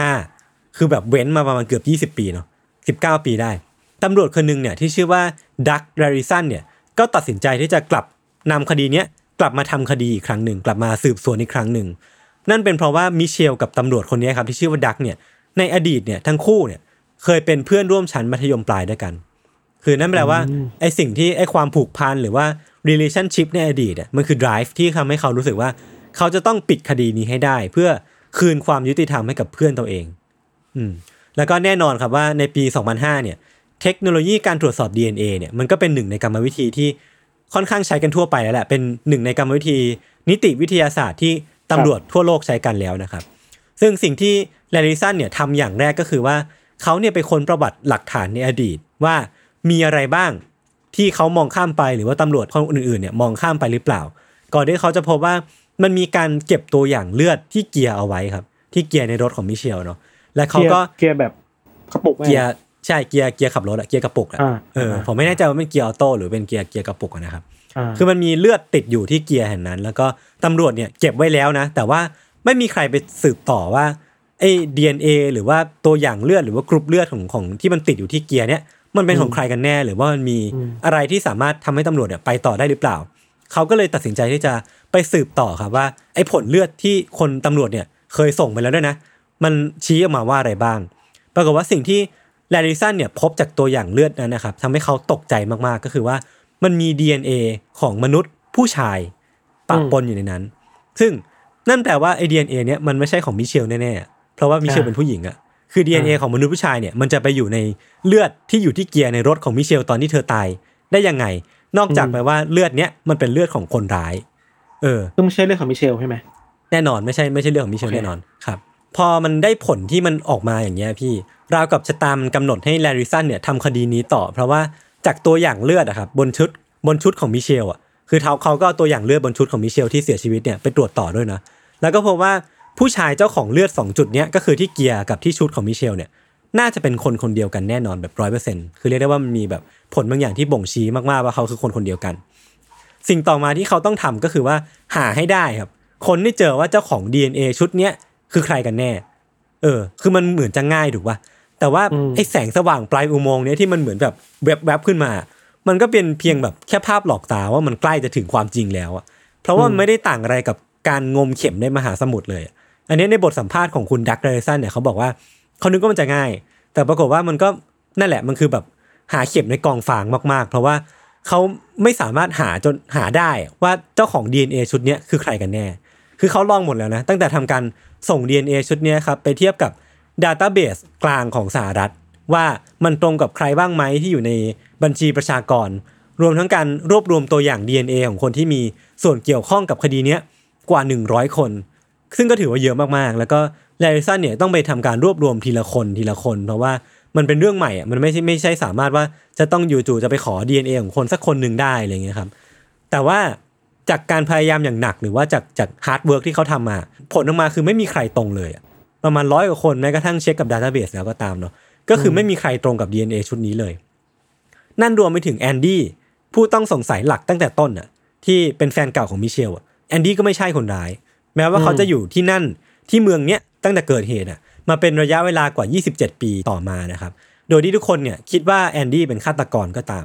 Speaker 4: 2005คือแบบเว้นมาประมาณเกือบ20ปีเนาะ19ปีได้ตำรวจคนนึงเนี่ยที่ชื่อว่าดักแรริสันเนี่ยก็ตัดสินใจที่จะกลับนำคดีนี้กลับมาทำคดีอีกครั้งหนึ่งกลับมาสืบสวนอีกครั้งหนึ่งนั่นเป็นเพราะว่ามิเชลกับตำรวจคนนี้ครับที่ชื่อว่าดักเนี่ยในอดีตเนี่ยทั้งคู่เนี่ยเคยเป็นเพื่อนร่วมชั้นมัธยมปลายด้วยกันคือนั่นแปลว่าไอ้สิ่งที่ไอ้ความผูกพันหรือว่า relationship ในอดีตมันคือ drive ที่ทำให้เขารู้สึกว่าเขาจะต้องปิดคดีนี้ให้ได้เพื่อคืนความยุติธรรมให้กับเพื่อนตัวเองแล้วก็แน่นอนครับว่าในปี2005เนี่ยเทคโนโลยีการตรวจสอบ DNA เนี่ยมันก็เป็นหนึ่งในกรรมวิธีที่ค่อนข้างใช้กันทั่วไปแล้วแหละเป็นหนึ่งในกรรมวิธีนิติวิทยาศาสตร์ที่ตำรวจทั่วโลกใช้กันแล้วนะครับซึ่งสิ่งที่แลริสันเนี่ยทำอย่างแรกก็คือว่าเขาเนี่ยไปค้นประวัติหลักฐานในอดีตว่ามีอะไรบ้างที่เขามองข้ามไปหรือว่าตำรวจคนอื่นๆเนี่ยมองข้ามไปหรือเปล่าก่อนที่เขาจะพบว่ามันมีการเก็บตัวอย่างเลือดที่เกียร์เอาไว้ครับที่เกียร์ในรถของมิเชลเนาะและเขาก็
Speaker 5: เกียร์แบบกระปุก
Speaker 4: เกียร์ใช่เกียร์ขับรถเกียร์กระปุกผมไม่แน่ใจว่าเป็นเกียร์ออโต้หรือเป็นเกียร์กระปุกนะครับคือมันมีเลือดติดอยู่ที่เกียร์แห่งนั้นแล้วก็ตำรวจเนี่ยเก็บไว้แล้วนะแต่ว่าไม่มีใครไปสืบต่อว่าไอ้ DNA หรือว่าตัวอย่างเลือดหรือว่ากรุ๊ปเลือดของที่มันติดอยู่ที่เกียร์เนี่ยมันเป็นของใครกันแน่หรือว่ามันมีอะไรที่สามารถทำให้ตำรวจเนี่ยไปต่อได้หรือเปล่าเขาก็เลยตัดสินใจที่จะไปสืบต่อครับว่าไอ้ผลเลือดที่คนตำรวจเนี่ยเคยส่งไปแล้วด้วยนะมันชี้ออกมาว่าอะไรบ้างปรากฏว่าสิ่งที่แลริสันเนี่ยพบจากตัวอย่างเลือดนั้นนะครับทำให้เขาตกใจมากๆก็คือว่ามันมี DNA ของมนุษย์ผู้ชายปะปนอยู่ในนั้นซึ่งนั่นแปลว่าไอ้ DNA เนี่ยมันไม่ใช่ของมิเชลแน่ๆเพราะว่ามิเชลเป็นผู้หญิงคือ DNA ของมนุษย์ผู้ชายเนี่ยมันจะไปอยู่ในเลือดที่อยู่ที่เกียร์ในรถของมิเชลตอนที่เธอตายได้ยังไงนอกจากแปลว่าเลือดเนี้ยมันเป็นเลือดของคนร้าย
Speaker 5: ซึ่งไม่ใช่เรื่องของมิเชลใช่ไหม
Speaker 4: แน่นอนไม่ใช่เรื่องของมิเชลแน่นอนครับพอมันได้ผลที่มันออกมาอย่างเงี้ยพี่ราวกับชะตามันกำหนดให้แลริสันเนี่ยทำคดีนี้ต่อเพราะว่าจากตัวอย่างเลือดครับบนชุดของมิเชลคือเขาก็เอาตัวอย่างเลือดบนชุดของมิเชลที่เสียชีวิตเนี่ยไปตรวจต่อด้วยนะแล้วก็พบว่าผู้ชายเจ้าของเลือด2จุดเนี้ยก็คือที่เกียร์กับที่ชุดของมิเชลเนี่ยน่าจะเป็นคนเดียวกันแน่นอนแบบ 100% คือเรียกได้ว่ามันมีแบบผลบางอย่างที่บ่งชี้มากๆว่าเขาคือคนเดียวกันสิ่งต่อมาที่เขาต้องทำก็คือว่าหาให้ได้ครับคนที่เจอว่าเจ้าของ DNA ชุดเนี้ยคือใครกันแน่คือมันเหมือนจะง่ายถูกป่ะแต่ว่าไอ้แสงสว่างปลายอุโมงค์เนี้ยที่มันเหมือนแบบแวบๆขึ้นมามันก็เป็นเพียงแบบแค่ภาพหลอกตาว่ามันใกล้จะถึงความจริงแล้วเพราะว่ามันไม่ได้ต่างอะไรกับการงมเข็มในมหาสมุทรเลยอันนี้ในบทสัมภาษณ์ของคุณดักแรริสันเนี่ยเขาบอกว่าเขานึกว่ามันจะง่ายแต่ปรากฏว่ามันก็นั่นแหละมันคือแบบหาเข็มในกองฟางมากๆเพราะว่าเขาไม่สามารถหาได้ว่าเจ้าของ DNA ชุดนี้คือใครกันแน่คือเขาลองหมดแล้วนะตั้งแต่ทำการส่ง DNA ชุดนี้ครับไปเทียบกับดาต้าเบสกลางของสหรัฐว่ามันตรงกับใครบ้างไหมที่อยู่ในบัญชีประชากรรวมทั้งการรวบรวมตัวอย่าง DNA ของคนที่มีส่วนเกี่ยวข้องกับคดีนี้กว่า100คนซึ่งก็ถือว่าเยอะมากๆแล้วก็แลริสันเนี่ยต้องไปทำการรวบรวมทีละคนเพราะว่ามันเป็นเรื่องใหม่มันไม่ใช่สามารถว่าจะต้องจู่ๆจะไปขอ DNA ของคนสักคนนึงได้อะไรเงี้ยครับแต่ว่าจากการพยายามอย่างหนักหรือว่าจากฮาร์ดเวิร์คที่เขาทำมาผลออกมาคือไม่มีใครตรงเลยประมาณ100กว่าคนแม้กระทั่งเช็คกับดาต้าเบสแล้วก็ตามเนาะก็คือไม่มีใครตรงกับ DNA ชุดนี้เลยนั่นรวมไปถึงแอนดี้ผู้ต้องสงสัยหลักตั้งแต่ต้นที่เป็นแฟนเก่าของมิเชลแอนดี้ก็ไม่ใช่คนร้ายแม้ว่าเขาจะอยู่ที่นั่นที่เมืองเนี้ยตั้งแต่เกิดเหตุมาเป็นระยะเวลากว่า27ปีต่อมานะครับโดยที่ทุกคนเนี่ยคิดว่าแอนดี้เป็นฆาตกรก็ตาม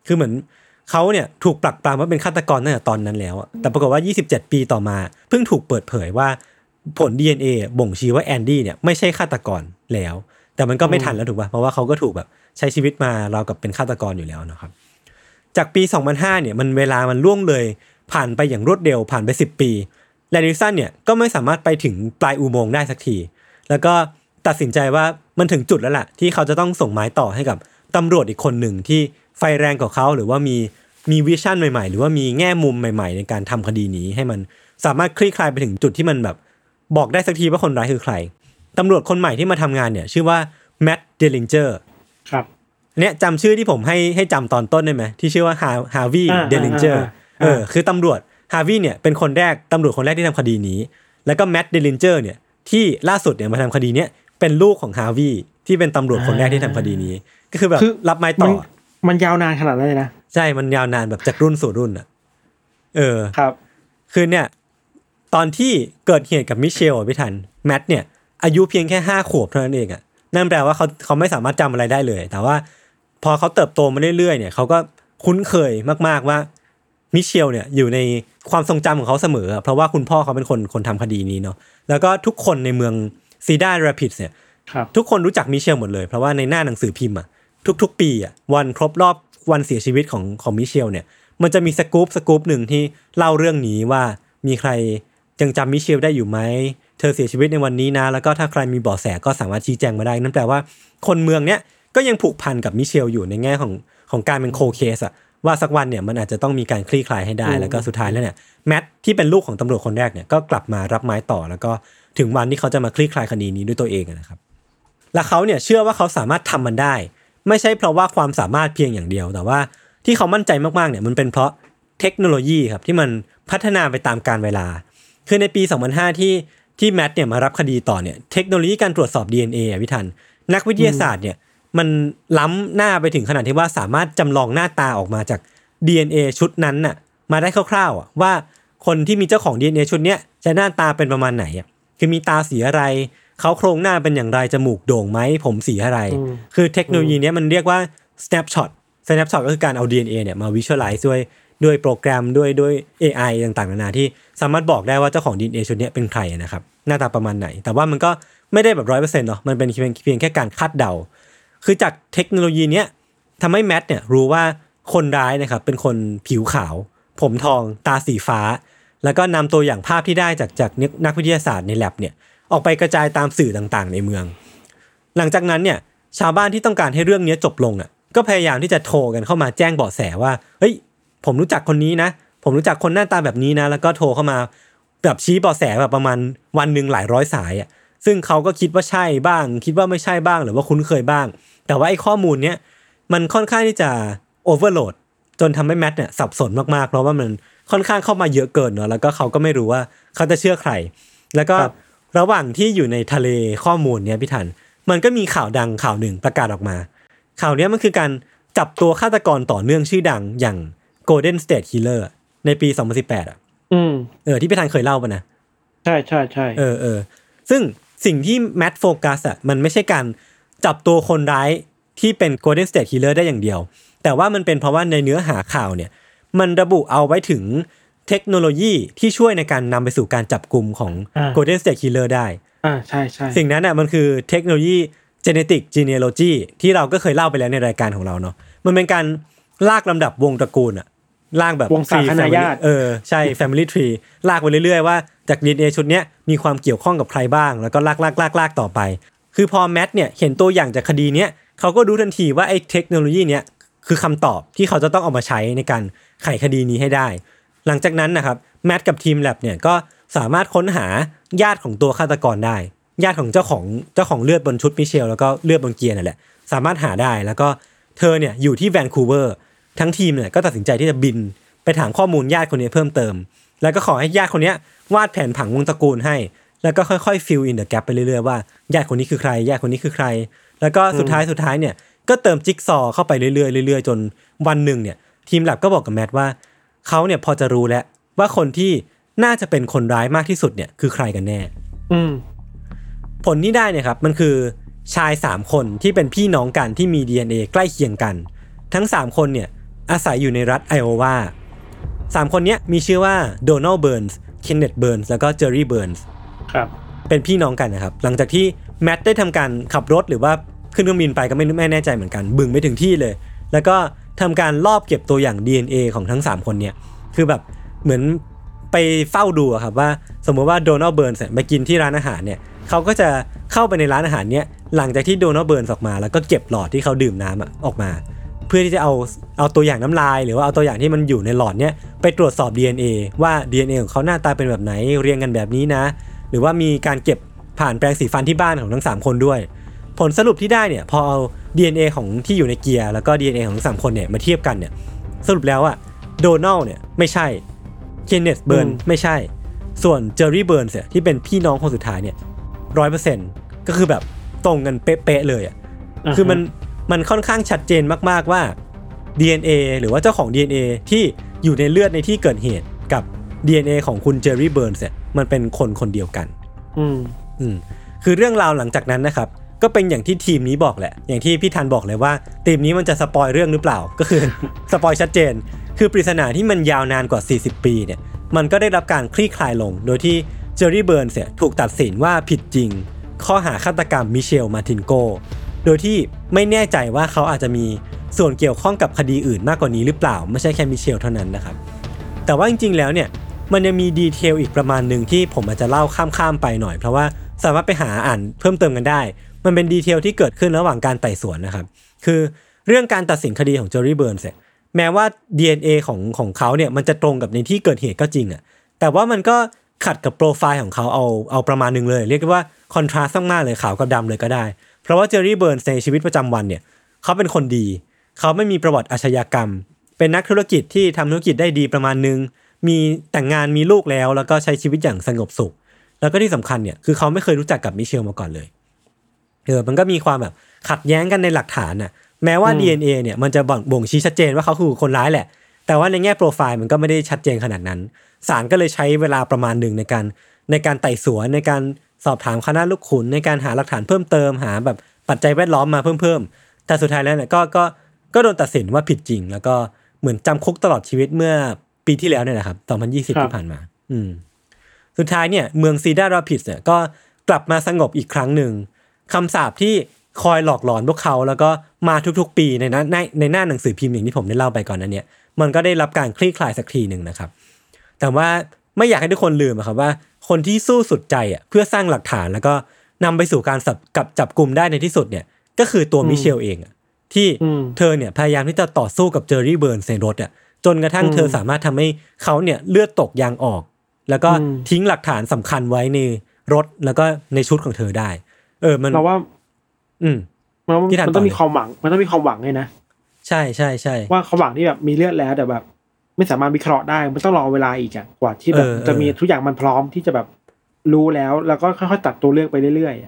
Speaker 4: คือเหมือนเขาเนี่ยถูกปรักปรำว่าเป็นฆาตกรตั้งแต่ตอนนั้นแล้วแต่ปรากฏว่า27ปีต่อมาเพิ่งถูกเปิดเผยว่าผล DNA บ่งชี้ว่าแอนดี้เนี่ยไม่ใช่ฆาตกรแล้วแต่มันก็ไม่ทันแล้วถูกป่ะเพราะว่าเขาก็ถูกแบบใช้ชีวิตมาเรากับเป็นฆาตกรอยู่แล้วนะครับจากปี2005เนี่ยมันเวลามันล่วงเลยผ่านไปอย่างรวดเร็วผ่านไป10ปีแลนดิสันเนี่ยก็ไม่สามารถไปถึงปลายอุโมงค์ได้สักทีแล้วก็ตัดสินใจว่ามันถึงจุดแล้วล่ะที่เขาจะต้องส่งไม้ต่อให้กับตำรวจอีกคนหนึ่งที่ไฟแรงกว่าเขาหรือว่ามีวิชั่นใหม่ๆหรือว่ามีแง่มุมใหม่ๆในการทำคดีนี้ให้มันสามารถคลี่คลายไปถึงจุดที่มันแบบบอกได้สักทีว่าคนร้ายคือใครตำรวจคนใหม่ที่มาทำงานเนี่ยชื่อว่าแมตต์เดลิงเจอร์ครับเนี่ยจำชื่อที่ผมให้จำตอนต้นได้ไหมที่ชื่อว่าฮาร์วีเดลิงเจอร์คือตำรวจฮาร์วีเนี่ยเป็นคนแรกตำรวจคนแรกที่ทำคดีนี้แล้วก็แมตต์เดลิงเจอร์เนี่ยที่ล่าสุดเนี่ยมาทำคดีเนี้ยเป็นลูกของฮาร์วีที่เป็นตำรวจคนแรกที่ทำคดีนี้ก็คือแบบรับไม้ต่อ
Speaker 5: มันยาวนานขนาดนั้นเลยนะ
Speaker 4: ใช่มันยาวนานแบบจากรุ่นสู่รุ่นอ่ะ
Speaker 5: ครับ
Speaker 4: คือเนี่ยตอนที่เกิดเหตุกับมิเชลพี่ทันแมตต์เนี่ยอายุเพียงแค่5 ขวบเท่านั้นเองอ่ะนั่นแปลว่าเขาไม่สามารถจำอะไรได้เลยแต่ว่าพอเขาเติบโตมาเรื่อยๆเนี่ยเขาก็คุ้นเคยมากๆว่ามิเชลเนี่ยอยู่ในความทรงจำของเขาเสมอเพราะว่าคุณพ่อเขาเป็นคนทำคดีนี้เนาะแล้วก็ทุกคนในเมืองซีดาร์แรปิดส์เนี่ยทุกคนรู้จักมิเชลหมดเลยเพราะว่าในหน้าหนังสือพิมพ์อ่ะทุกๆปีอ่ะวันครบรอบวันเสียชีวิตของมิเชลเนี่ยมันจะมีสกู๊ปหนึ่งที่เล่าเรื่องนี้ว่ามีใครยังจำมิเชลได้อยู่ไหมเธอเสียชีวิตในวันนี้นะแล้วก็ถ้าใครมีเบาะแสก็สามารถชี้แจงมาได้นั่นแปลว่าคนเมืองเนี้ยก็ยังผูกพันกับมิเชลอยู่ในแง่ของการเป็นโคเคสอะว่าสักวันเนี่ยมันอาจจะต้องมีการคลี่คลายให้ได้แล้วก็สุดท้ายแล้วเนี่ยแมทที่เป็นลูกของตำรวจคนแรกเนี่ยก็กลับมารับไม้ต่อแล้วก็ถึงวันที่เขาจะมาคลี่คลายคดีนี้ด้วยตัวเองนะครับและเขาเนี่ยเชื่อว่าเขาสามารถทำมันได้ไม่ใช่เพราะว่าความสามารถเพียงอย่างเดียวแต่ว่าที่เขามั่นใจมากๆเนี่ยมันเป็นเพราะเทคโนโลยีครับที่มันพัฒนาไปตามกาลเวลาคือในปี2005ที่แมทเนี่ยมารับคดีต่อเนี่ยเทคโนโลยีการตรวจสอบ DNA อ่ะพี่ทันนักวิทยาศาสตร์เนี่ยมันล้ำหน้าไปถึงขนาดที่ว่าสามารถจำลองหน้าตาออกมาจาก DNA ชุดนั้นน่ะมาได้คร่าวๆอ่ะว่าคนที่มีเจ้าของ DNA ชุดเนี้ยจะหน้าตาเป็นประมาณไหนอ่ะคือมีตาสีอะไรเขาโครงหน้าเป็นอย่างไรจมูกโด่งไหมผมสีอะไรคือเทคโนโลยีนี้มันเรียกว่า snapshot ก็คือการเอา DNA เนี่ยมา visualize ด้วยโปรแกรมด้วย AI ต่างๆนานาที่สามารถบอกได้ว่าเจ้าของ DNA ชุดนี้เป็นใครนะครับหน้าตาประมาณไหนแต่ว่ามันก็ไม่ได้แบบ 100% เนาะมันเป็นเพียงแค่การคาดเดาคือจากเทคโนโลยีเนี้ยทำให้แมทเนี่ยรู้ว่าคนร้ายนะครับเป็นคนผิวขาวผมทองตาสีฟ้าแล้วก็นำตัวอย่างภาพที่ได้จากนักวิทยาศาสตร์ใน lab เนี่ยออกไปกระจายตามสื่อต่างๆในเมืองหลังจากนั้นเนี่ยชาวบ้านที่ต้องการให้เรื่องนี้จบลงอ่ะก็พยายามที่จะโทรกันเข้ามาแจ้งเบาะแสว่าเฮ้ยผมรู้จักคนนี้นะผมรู้จักคนหน้าตาแบบนี้นะแล้วก็โทรเข้ามาแบบชี้เบาะแสแบบประมาณวันนึงหลายร้อยสายอ่ะซึ่งเขาก็คิดว่าใช่บ้างคิดว่าไม่ใช่บ้างหรือว่าคุ้นเคยบ้างแต่ว่าไอ้ข้อมูลเนี้ยมันค่อนข้างที่จะโอเวอร์โหลดจนทำให้แมทเนี่ยสับสนมากๆเพราะว่ามันค่อนข้างเข้ามาเยอะเกินเนาะแล้วก็เขาก็ไม่รู้ว่าเขาจะเชื่อใครแล้วก็ระหว่างที่อยู่ในทะเลข้อมูลเนี้ยพี่ทันมันก็มีข่าวดังข่าวหนึ่งประกาศออกมาข่าวนี้มันคือการจับตัวฆาตกรต่อเนื่องชื่อดังอย่าง Golden State Killer ในปี2018อ่ะที่พี่ทันเคยเล่าป่ะนะ
Speaker 5: ใช่
Speaker 4: ๆซึ่งสิ่งที่แมทโฟกัสอ่ะมันไม่ใช่การจับตัวคนร้ายที่เป็น Golden State Killer ได้อย่างเดียวแต่ว่ามันเป็นเพราะว่าในเนื้อหาข่าวเนี่ยมันระบุเอาไว้ถึงเทคโนโลยีที่ช่วยในการนำไปสู่การจับกุมของ Golden State Killer ได้
Speaker 5: ใช่
Speaker 4: สิ่งนั้นน่ะมันคือเทคโนโลยี Genetic Genealogy ที่เราก็เคยเล่าไปแล้วในรายการของเราเนาะมันเป็นการลากลำดับวงตระกูลอะลากแบบ
Speaker 5: วงศาคณาญาติ
Speaker 4: ใช่ Family Tree ลากไปเรื่อยๆว่าจาก DNA ชุดเนี้ยมีความเกี่ยวข้องกับใครบ้างแล้วก็ลากต่อไปคือพอแมทเนี่ยเห็นตัวอย่างจากคดีเนี้ยเขาก็รู้ทันทีว่าไอ้เทคโนโลยีเนี้ยคือคำตอบที่เขาจะต้องเอามาใช้ในการไขคดีนี้ให้ได้หลังจากนั้นนะครับแมทกับทีม lab เนี่ยก็สามารถค้นหาญาติของตัวฆาตกรได้ญาติของเจ้าของเลือดบนชุดมิเชลแล้วก็เลือดบนเกียร์นั่นแหละสามารถหาได้แล้วก็เธอเนี่ยอยู่ที่แวนคูเวอร์ทั้งทีมเนี่ยก็ตัดสินใจที่จะบินไปถามข้อมูลญาติคนนี้เพิ่มเติมแล้วก็ขอให้ญาติคนนี้วาดแผนผังวงตระกูลให้แล้วก็ค่อยๆ fill in the gap ไปเรื่อยๆว่าญาติคนนี้คือใครญาติคนนี้คือใครแล้วก็สุดท้ายเนี่ยก็เติมจิ๊กซอว์เข้าไปเรื่อยๆจนวันหนึ่งเนี่ยทีม lab ก็บอกกับแมทว่าเขาเนี่ยพอจะรู้แล้วว่าคนที่น่าจะเป็นคนร้ายมากที่สุดเนี่ยคือใครกันแน่ผลที่ได้เนี่ยครับมันคือชาย3คนที่เป็นพี่น้องกันที่มี DNA ใกล้เคียงกันทั้ง3คนเนี่ยอาศัยอยู่ในรัฐไอโอวา3คนนี้มีชื่อว่าโดนัลด์เบิร์นส์เคนเนธเบิร์นส์แล้วก็เจอร์รี่เบิร์นส์
Speaker 5: ครับ
Speaker 4: เป็นพี่น้องกันนะครับหลังจากที่แมทได้ทำการขับรถหรือว่าขึ้นเครื่องบินไปก็ไม่แน่ใจเหมือนกันบึงไปถึงที่เลยแล้วก็ทำการลอบเก็บตัวอย่าง DNA ของทั้ง3คนเนี่ยคือแบบเหมือนไปเฝ้าดูครับว่าสมมติว่าโดนัลด์เบิร์นส์มากินที่ร้านอาหารเนี่ยเขาก็จะเข้าไปในร้านอาหารเนี่ยหลังจากที่โดนัลด์เบิร์นส์ออกมาแล้วก็เก็บหลอดที่เขาดื่มน้ำออกมาเพื่อที่จะเอาตัวอย่างน้ำลายหรือว่าเอาตัวอย่างที่มันอยู่ในหลอดเนี่ยไปตรวจสอบ DNA ว่า DNA ของเขาหน้าตาเป็นแบบไหนเรียงกันแบบนี้นะหรือว่ามีการเก็บผ่านแปรงสีฟันที่บ้านของทั้ง3คนด้วยผลสรุปที่ได้เนี่ยพอเอา DNA ของที่อยู่ในเกียร์แล้วก็ DNA ของทั้ง3คนเนี่ยมาเทียบกันเนี่ยสรุปแล้วอะโดนัลด์เนี่ยไม่ใช่เคนเนธเบิร์นไม่ใช่ส่วนเจอร์รี่เบิร์นส์เนี่ยที่เป็นพี่น้องคนสุดท้ายเนี่ย 100% ก็คือแบบตรงกันเป๊ะๆเลยอ่ะคือมันค่อนข้างชัดเจนมากๆว่า DNA หรือว่าเจ้าของ DNA ที่อยู่ในเลือดในที่เกิดเหตุกับ DNA ของคุณเจอร์รี่เบิร์นส์เนี่ยมันเป็นคนเดียวกันคือเรื่องราวหลังจากนั้นนะครับก็เป็นอย่างที่ทีมนี้บอกแหละอย่างที่พี่ธันบอกเลยว่าทีมนี้มันจะสปอยเรื่องหรือเปล่าก็คือสปอยชัดเจนคือปริศนาที่มันยาวนานกว่า40ปีเนี่ยมันก็ได้รับการคลี่คลายลงโดยที่เจอร์รี่เบิร์นส์ถูกตัดสินว่าผิดจริงข้อหาฆาตกรรมมิเชลมาตินโกโดยที่ไม่แน่ใจว่าเขาอาจจะมีส่วนเกี่ยวข้องกับคดีอื่นมากกว่านี้หรือเปล่าไม่ใช่แค่มิเชลเท่านั้นนะครับแต่ว่าจริงๆแล้วเนี่ยมันยังมีดีเทลอีกประมาณนึงที่ผมอาจจะเล่าข้ามไปหน่อยเพราะว่าสามารถไปหาอ่านเพิ่มเติมกันได้มันเป็นดีเทลที่เกิดขึ้นระหว่างการไต่สวนนะครับคือเรื่องการตัดสินคดีของเจอร์รี่เบิร์นส์แม้ว่า DNA ของเขาเนี่ยมันจะตรงกับในที่เกิดเหตุก็จริงอ่ะแต่ว่ามันก็ขัดกับโปรไฟล์ของเขาเอาประมาณนึงเลยเรียกว่าคอนทราสต์มากๆเลยขาวกับดำเลยก็ได้เพราะว่าเจอร์รี่เบิร์นส์ในชีวิตประจำวันเนี่ยเขาเป็นคนดีเขาไม่มีประวัติอาชญากรรมเป็นนักธุรกิจที่ทำธุรกิจได้ดีประมาณนึงมีแต่งงานมีลูกแล้วก็ใช้ชีวิตอย่างสงบสุขแล้วก็ที่สำคัญเนี่ยคือเขาไม่เคยรู้จักกับมิเชลมาก่อนเลยมันก็มีความแบบขัดแย้งกันในหลักฐานน่ะแม้ว่า DNA เนี่ยมันจะบ่งชี้ชัดเจนว่าเขาคือคนร้ายแหละแต่ว่าในแง่โปรไฟล์มันก็ไม่ได้ชัดเจนขนาดนั้นศาลก็เลยใช้เวลาประมาณหนึ่งในการไต่สวนในการสอบถามคณะลูกขุนในการหาหลักฐานเพิ่มเติมหาแบบปัจจัยแวดล้อมมาเพิ่มแต่สุดท้ายแล้วเนี่ยก็โดนตัดสินว่าผิดจริงแล้วก็เหมือนจำคุกตลอดชีวิตเมื่อปีที่แล้วเนี่ยนะครับ2020ที่ผ่านมาสุดท้ายเนี่ยเมืองซีดาร์ราพิดส์เนี่ยก็กลับมาสงบอีกครั้งหนึ่งคำสาปที่คอยหลอกหลอนพวกเขาแล้วก็มาทุกๆปีในหน้าหนังสือพิมพ์อย่างที่ผมได้เล่าไปก่อนนั้นเนี่ยมันก็ได้รับการคลี่คลายสักทีนึงนะครับแต่ว่าไม่อยากให้ทุกคนลืมครับว่าคนที่สู้สุดใจอ่ะเพื่อสร้างหลักฐานแล้วก็นำไปสู่การจับกุมได้ในที่สุดเนี่ยก็คือตัวมิเชลเองอ่ะที่เธอเนี่ยพยายามที่จะต่อสู้กับเจอร์รี่เบิร์นส์ในรถอ่ะจนกระทั่งเธอสามารถทำให้เขาเนี่ยเลือดตกยางออกแล้วก็ทิ้งหลักฐานสำคัญไว้ในรถแล้วก็ในชุดของเธอได้มัน
Speaker 5: เราว่ามันต้องมีความหวังมันต้องมีความหวังเลยนะ
Speaker 4: ใช่
Speaker 5: ว่าความหวังที่แบบมีเลือดแล้วแต่แบบไม่สามารถวิเคราะห์ได้มันต้องรอเวลาอีกกว่าที่แบบจะมีทุกอย่างมันพร้อมที่จะแบบรู้แล้วก็ค่อยๆตัดตัวเลือกไปเรื่อย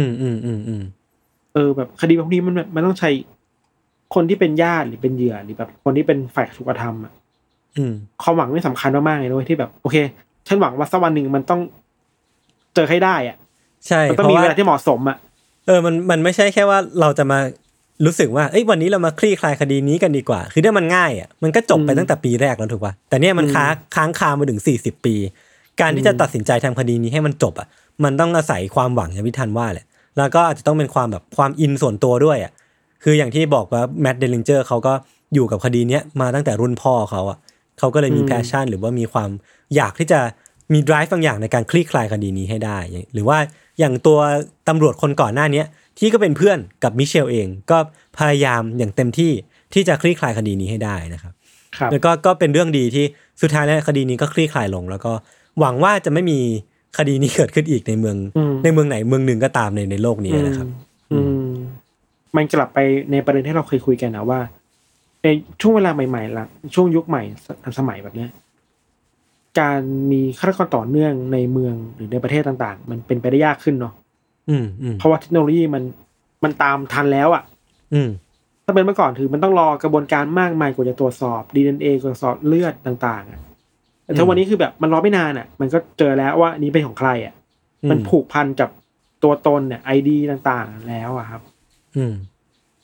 Speaker 5: ๆแบบคดีพวกนี้มันต้องใช้คนที่เป็นญาติหรือเป็นเหยื่อหรือแบบคนที่เป็นฝ่ายถูกกระทำความหวังนี่สำคัญมากๆเลยด้วยที่แบบโอเคฉันหวังว่าสักวันหนึ่งมันต้องเจอให้ได้
Speaker 4: ใช่
Speaker 5: มันต้องมีเวลาที่เหมาะสม
Speaker 4: มันไม่ใช่แค่ว่าเราจะมารู้สึกว่าวันนี้เรามาคลี่คลายคดีนี้กันดีกว่าคือถ้ามันง่ายมันก็จบไปตั้งแต่ปีแรกแล้วถูกป่ะแต่เนี่ยมันค้างคามาถึง40ปีการที่จะตัดสินใจทำคดีนี้ให้มันจบมันต้องอาศัยความหวังอย่างพี่ธันว่าแหละแล้วก็อาจจะต้องเป็นความแบบความอินส่วนตัวด้วยคืออย่างที่บอกว่าแมทเดลิงเจอร์เขาก็อยู่กับคดีนี้มาตั้งแต่รุ่นพ่อเขาก็เลยมีแพชชั่นหรือว่ามีความอยากที่จะมี drive บางอย่างในการคลี่คลายคดีนี้ให้ได้หรือว่าอย่างตัวตำรวจคนก่อนหน้านี้ที่ก็เป็นเพื่อนกับมิเชลเองก็พยายามอย่างเต็มที่จะคลี่คลายคดีนี้ให้ได้นะครับแล้วก็เป็นเรื่องดีที่สุดท้ายแล้วคดีนี้ก็คลี่คลายลงแล้วก็หวังว่าจะไม่มีคดีนี้เกิดขึ้นอีกในเมืองไหนเมืองหนึ่งก็ตามในโลกนี้นะครับ
Speaker 5: มันกลับไปในประเด็นที่เราเคยคุยกันนะว่าในช่วงเวลาใหม่ๆละช่วงยุคใหม่ทันสมัยแบบนี้การมีฆาตกรต่อเนื่องในเมืองหรือในประเทศต่างๆมันเป็นไปได้ยากขึ้นเนาะเพราะว่าเทคโนโลยีมันตามทันแล้วถ้าเป็นเมื่อก่อนคือมันต้องรอกระบวนการมากมายกว่าจะตรวจสอบ DNA ตรวจสอบเลือดต่างๆแต่ถ้าวันนี้คือแบบมันรอไม่นานมันก็เจอแล้วว่านี้เป็นของใครมันผูกพันกับตัวตนเนี่ย ID ต่างๆแล้วครับ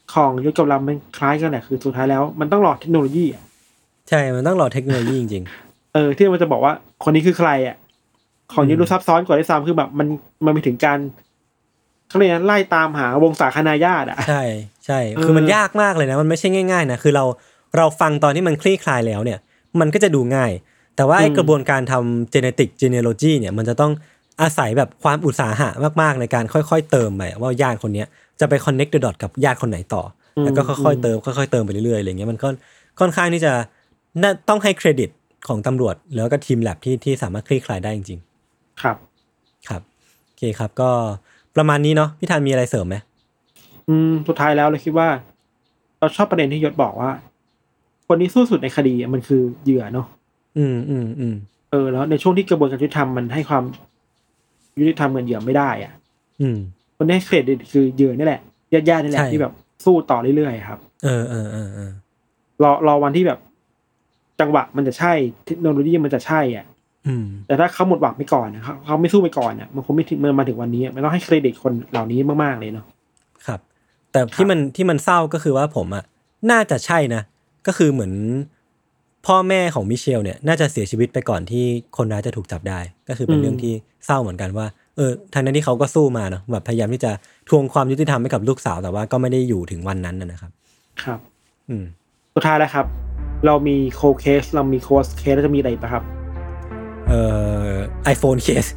Speaker 5: ของยศกับลำมันคล้ายกันแหละคือสุดท้ายแล้วมันต้องรอเทคโนโลยีอ่ะ
Speaker 4: ใช่มันต้องรอเทคโนโลยีจริง
Speaker 5: ๆที่มันจะบอกว่าคนนี้คือใครอ่ะของยศดูซับซ้อนกว่าด้วยซ้ำคือแบบมันไปถึงการเขาเรียกไล่ตามหาวงศาคณาญาติอ่ะ
Speaker 4: ใช่ใช่คือมันยากมากเลยนะมันไม่ใช่ง่ายๆนะคือเราฟังตอนที่มันคลี่คลายแล้วเนี่ยมันก็จะดูง่ายแต่ว่าไอ้กระบวนการทำ genetic genealogy เนี่ยมันจะต้องอาศัยแบบความอุตสาหะมากๆในการค่อยๆเติมไปว่าญาติคนนี้จะไป connect the dot กับญาติคนไหนต่อแล้วก็ค่อยๆเติมค่อยๆเติมไปเรื่อยๆอะไรเงี้ยมันก็ค่อนข้างที่จะต้องให้เครดิตของตำรวจแล้วก็ทีม lab ที่สามารถคลี่คลายได้จริง
Speaker 5: ๆครับ
Speaker 4: โอเคครับก็ประมาณนี้เนาะพี่ธันมีอะไรเสริมไหม
Speaker 5: สุดท้ายแล้วเราคิดว่าเราชอบประเด็นที่ยศบอกว่าคนที่สู้สุดในคดีมันคือเหยื่อเนาะแล้วในช่วงที่กระบวนการยุติธรรมมันให้ความยุติธรรมเหมือนเหยื่อไม่ได้อ่ะคนที่ให้เครดิตคือเหยื่อนี่แหละญาติๆนี่แหละที่แบบสู้ต่อเรื่อยๆครับรอวันที่แบบจังหวะมันจะใช่เทคโนโลยีมันจะใช่อ่ะแต่ถ้าเขาหมดหวังไปก่อนเขาไม่สู้ไปก่อนมันคงไม่ถึงมาถึงวันนี้มันต้องให้เครดิตคนเหล่านี้มากๆเลยเนาะ
Speaker 4: ครับแต่ที่มันเศร้าก็คือว่าผมน่าจะใช่นะก็คือเหมือนพ่อแม่ของมิเชลเนี่ยน่าจะเสียชีวิตไปก่อนที่คนร้ายจะถูกจับได้ก็คือเป็นเรื่องที่เศร้าเหมือนกันว่าทางนั้นที่เขาก็สู้มาเนาะแบบพยายามที่จะทวงความยุติธรรมให้กับลูกสาวแต่ว่าก็ไม่ได้อยู่ถึงวันนั้นนะครับ
Speaker 5: ครับสุดท้ายแล้วครับเรามีโคเคสเรามีโคสเคสแล้วจะมีอะไรอีกป่ะครับ
Speaker 4: iPhone case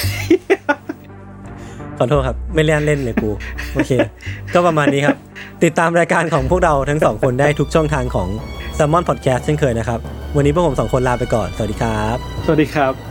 Speaker 4: ขอโทษครับไม่เล่นเลยกูโอเคก็ประมาณนี้ครับติดตามรายการของพวกเราทั้ง2คนได้ทุกช่องทางของ Salmon Podcast เช่นเคยนะครับวันนี้พวกผม2คนลาไปก่อนสวัสดีครับ
Speaker 5: สวัสดีครับ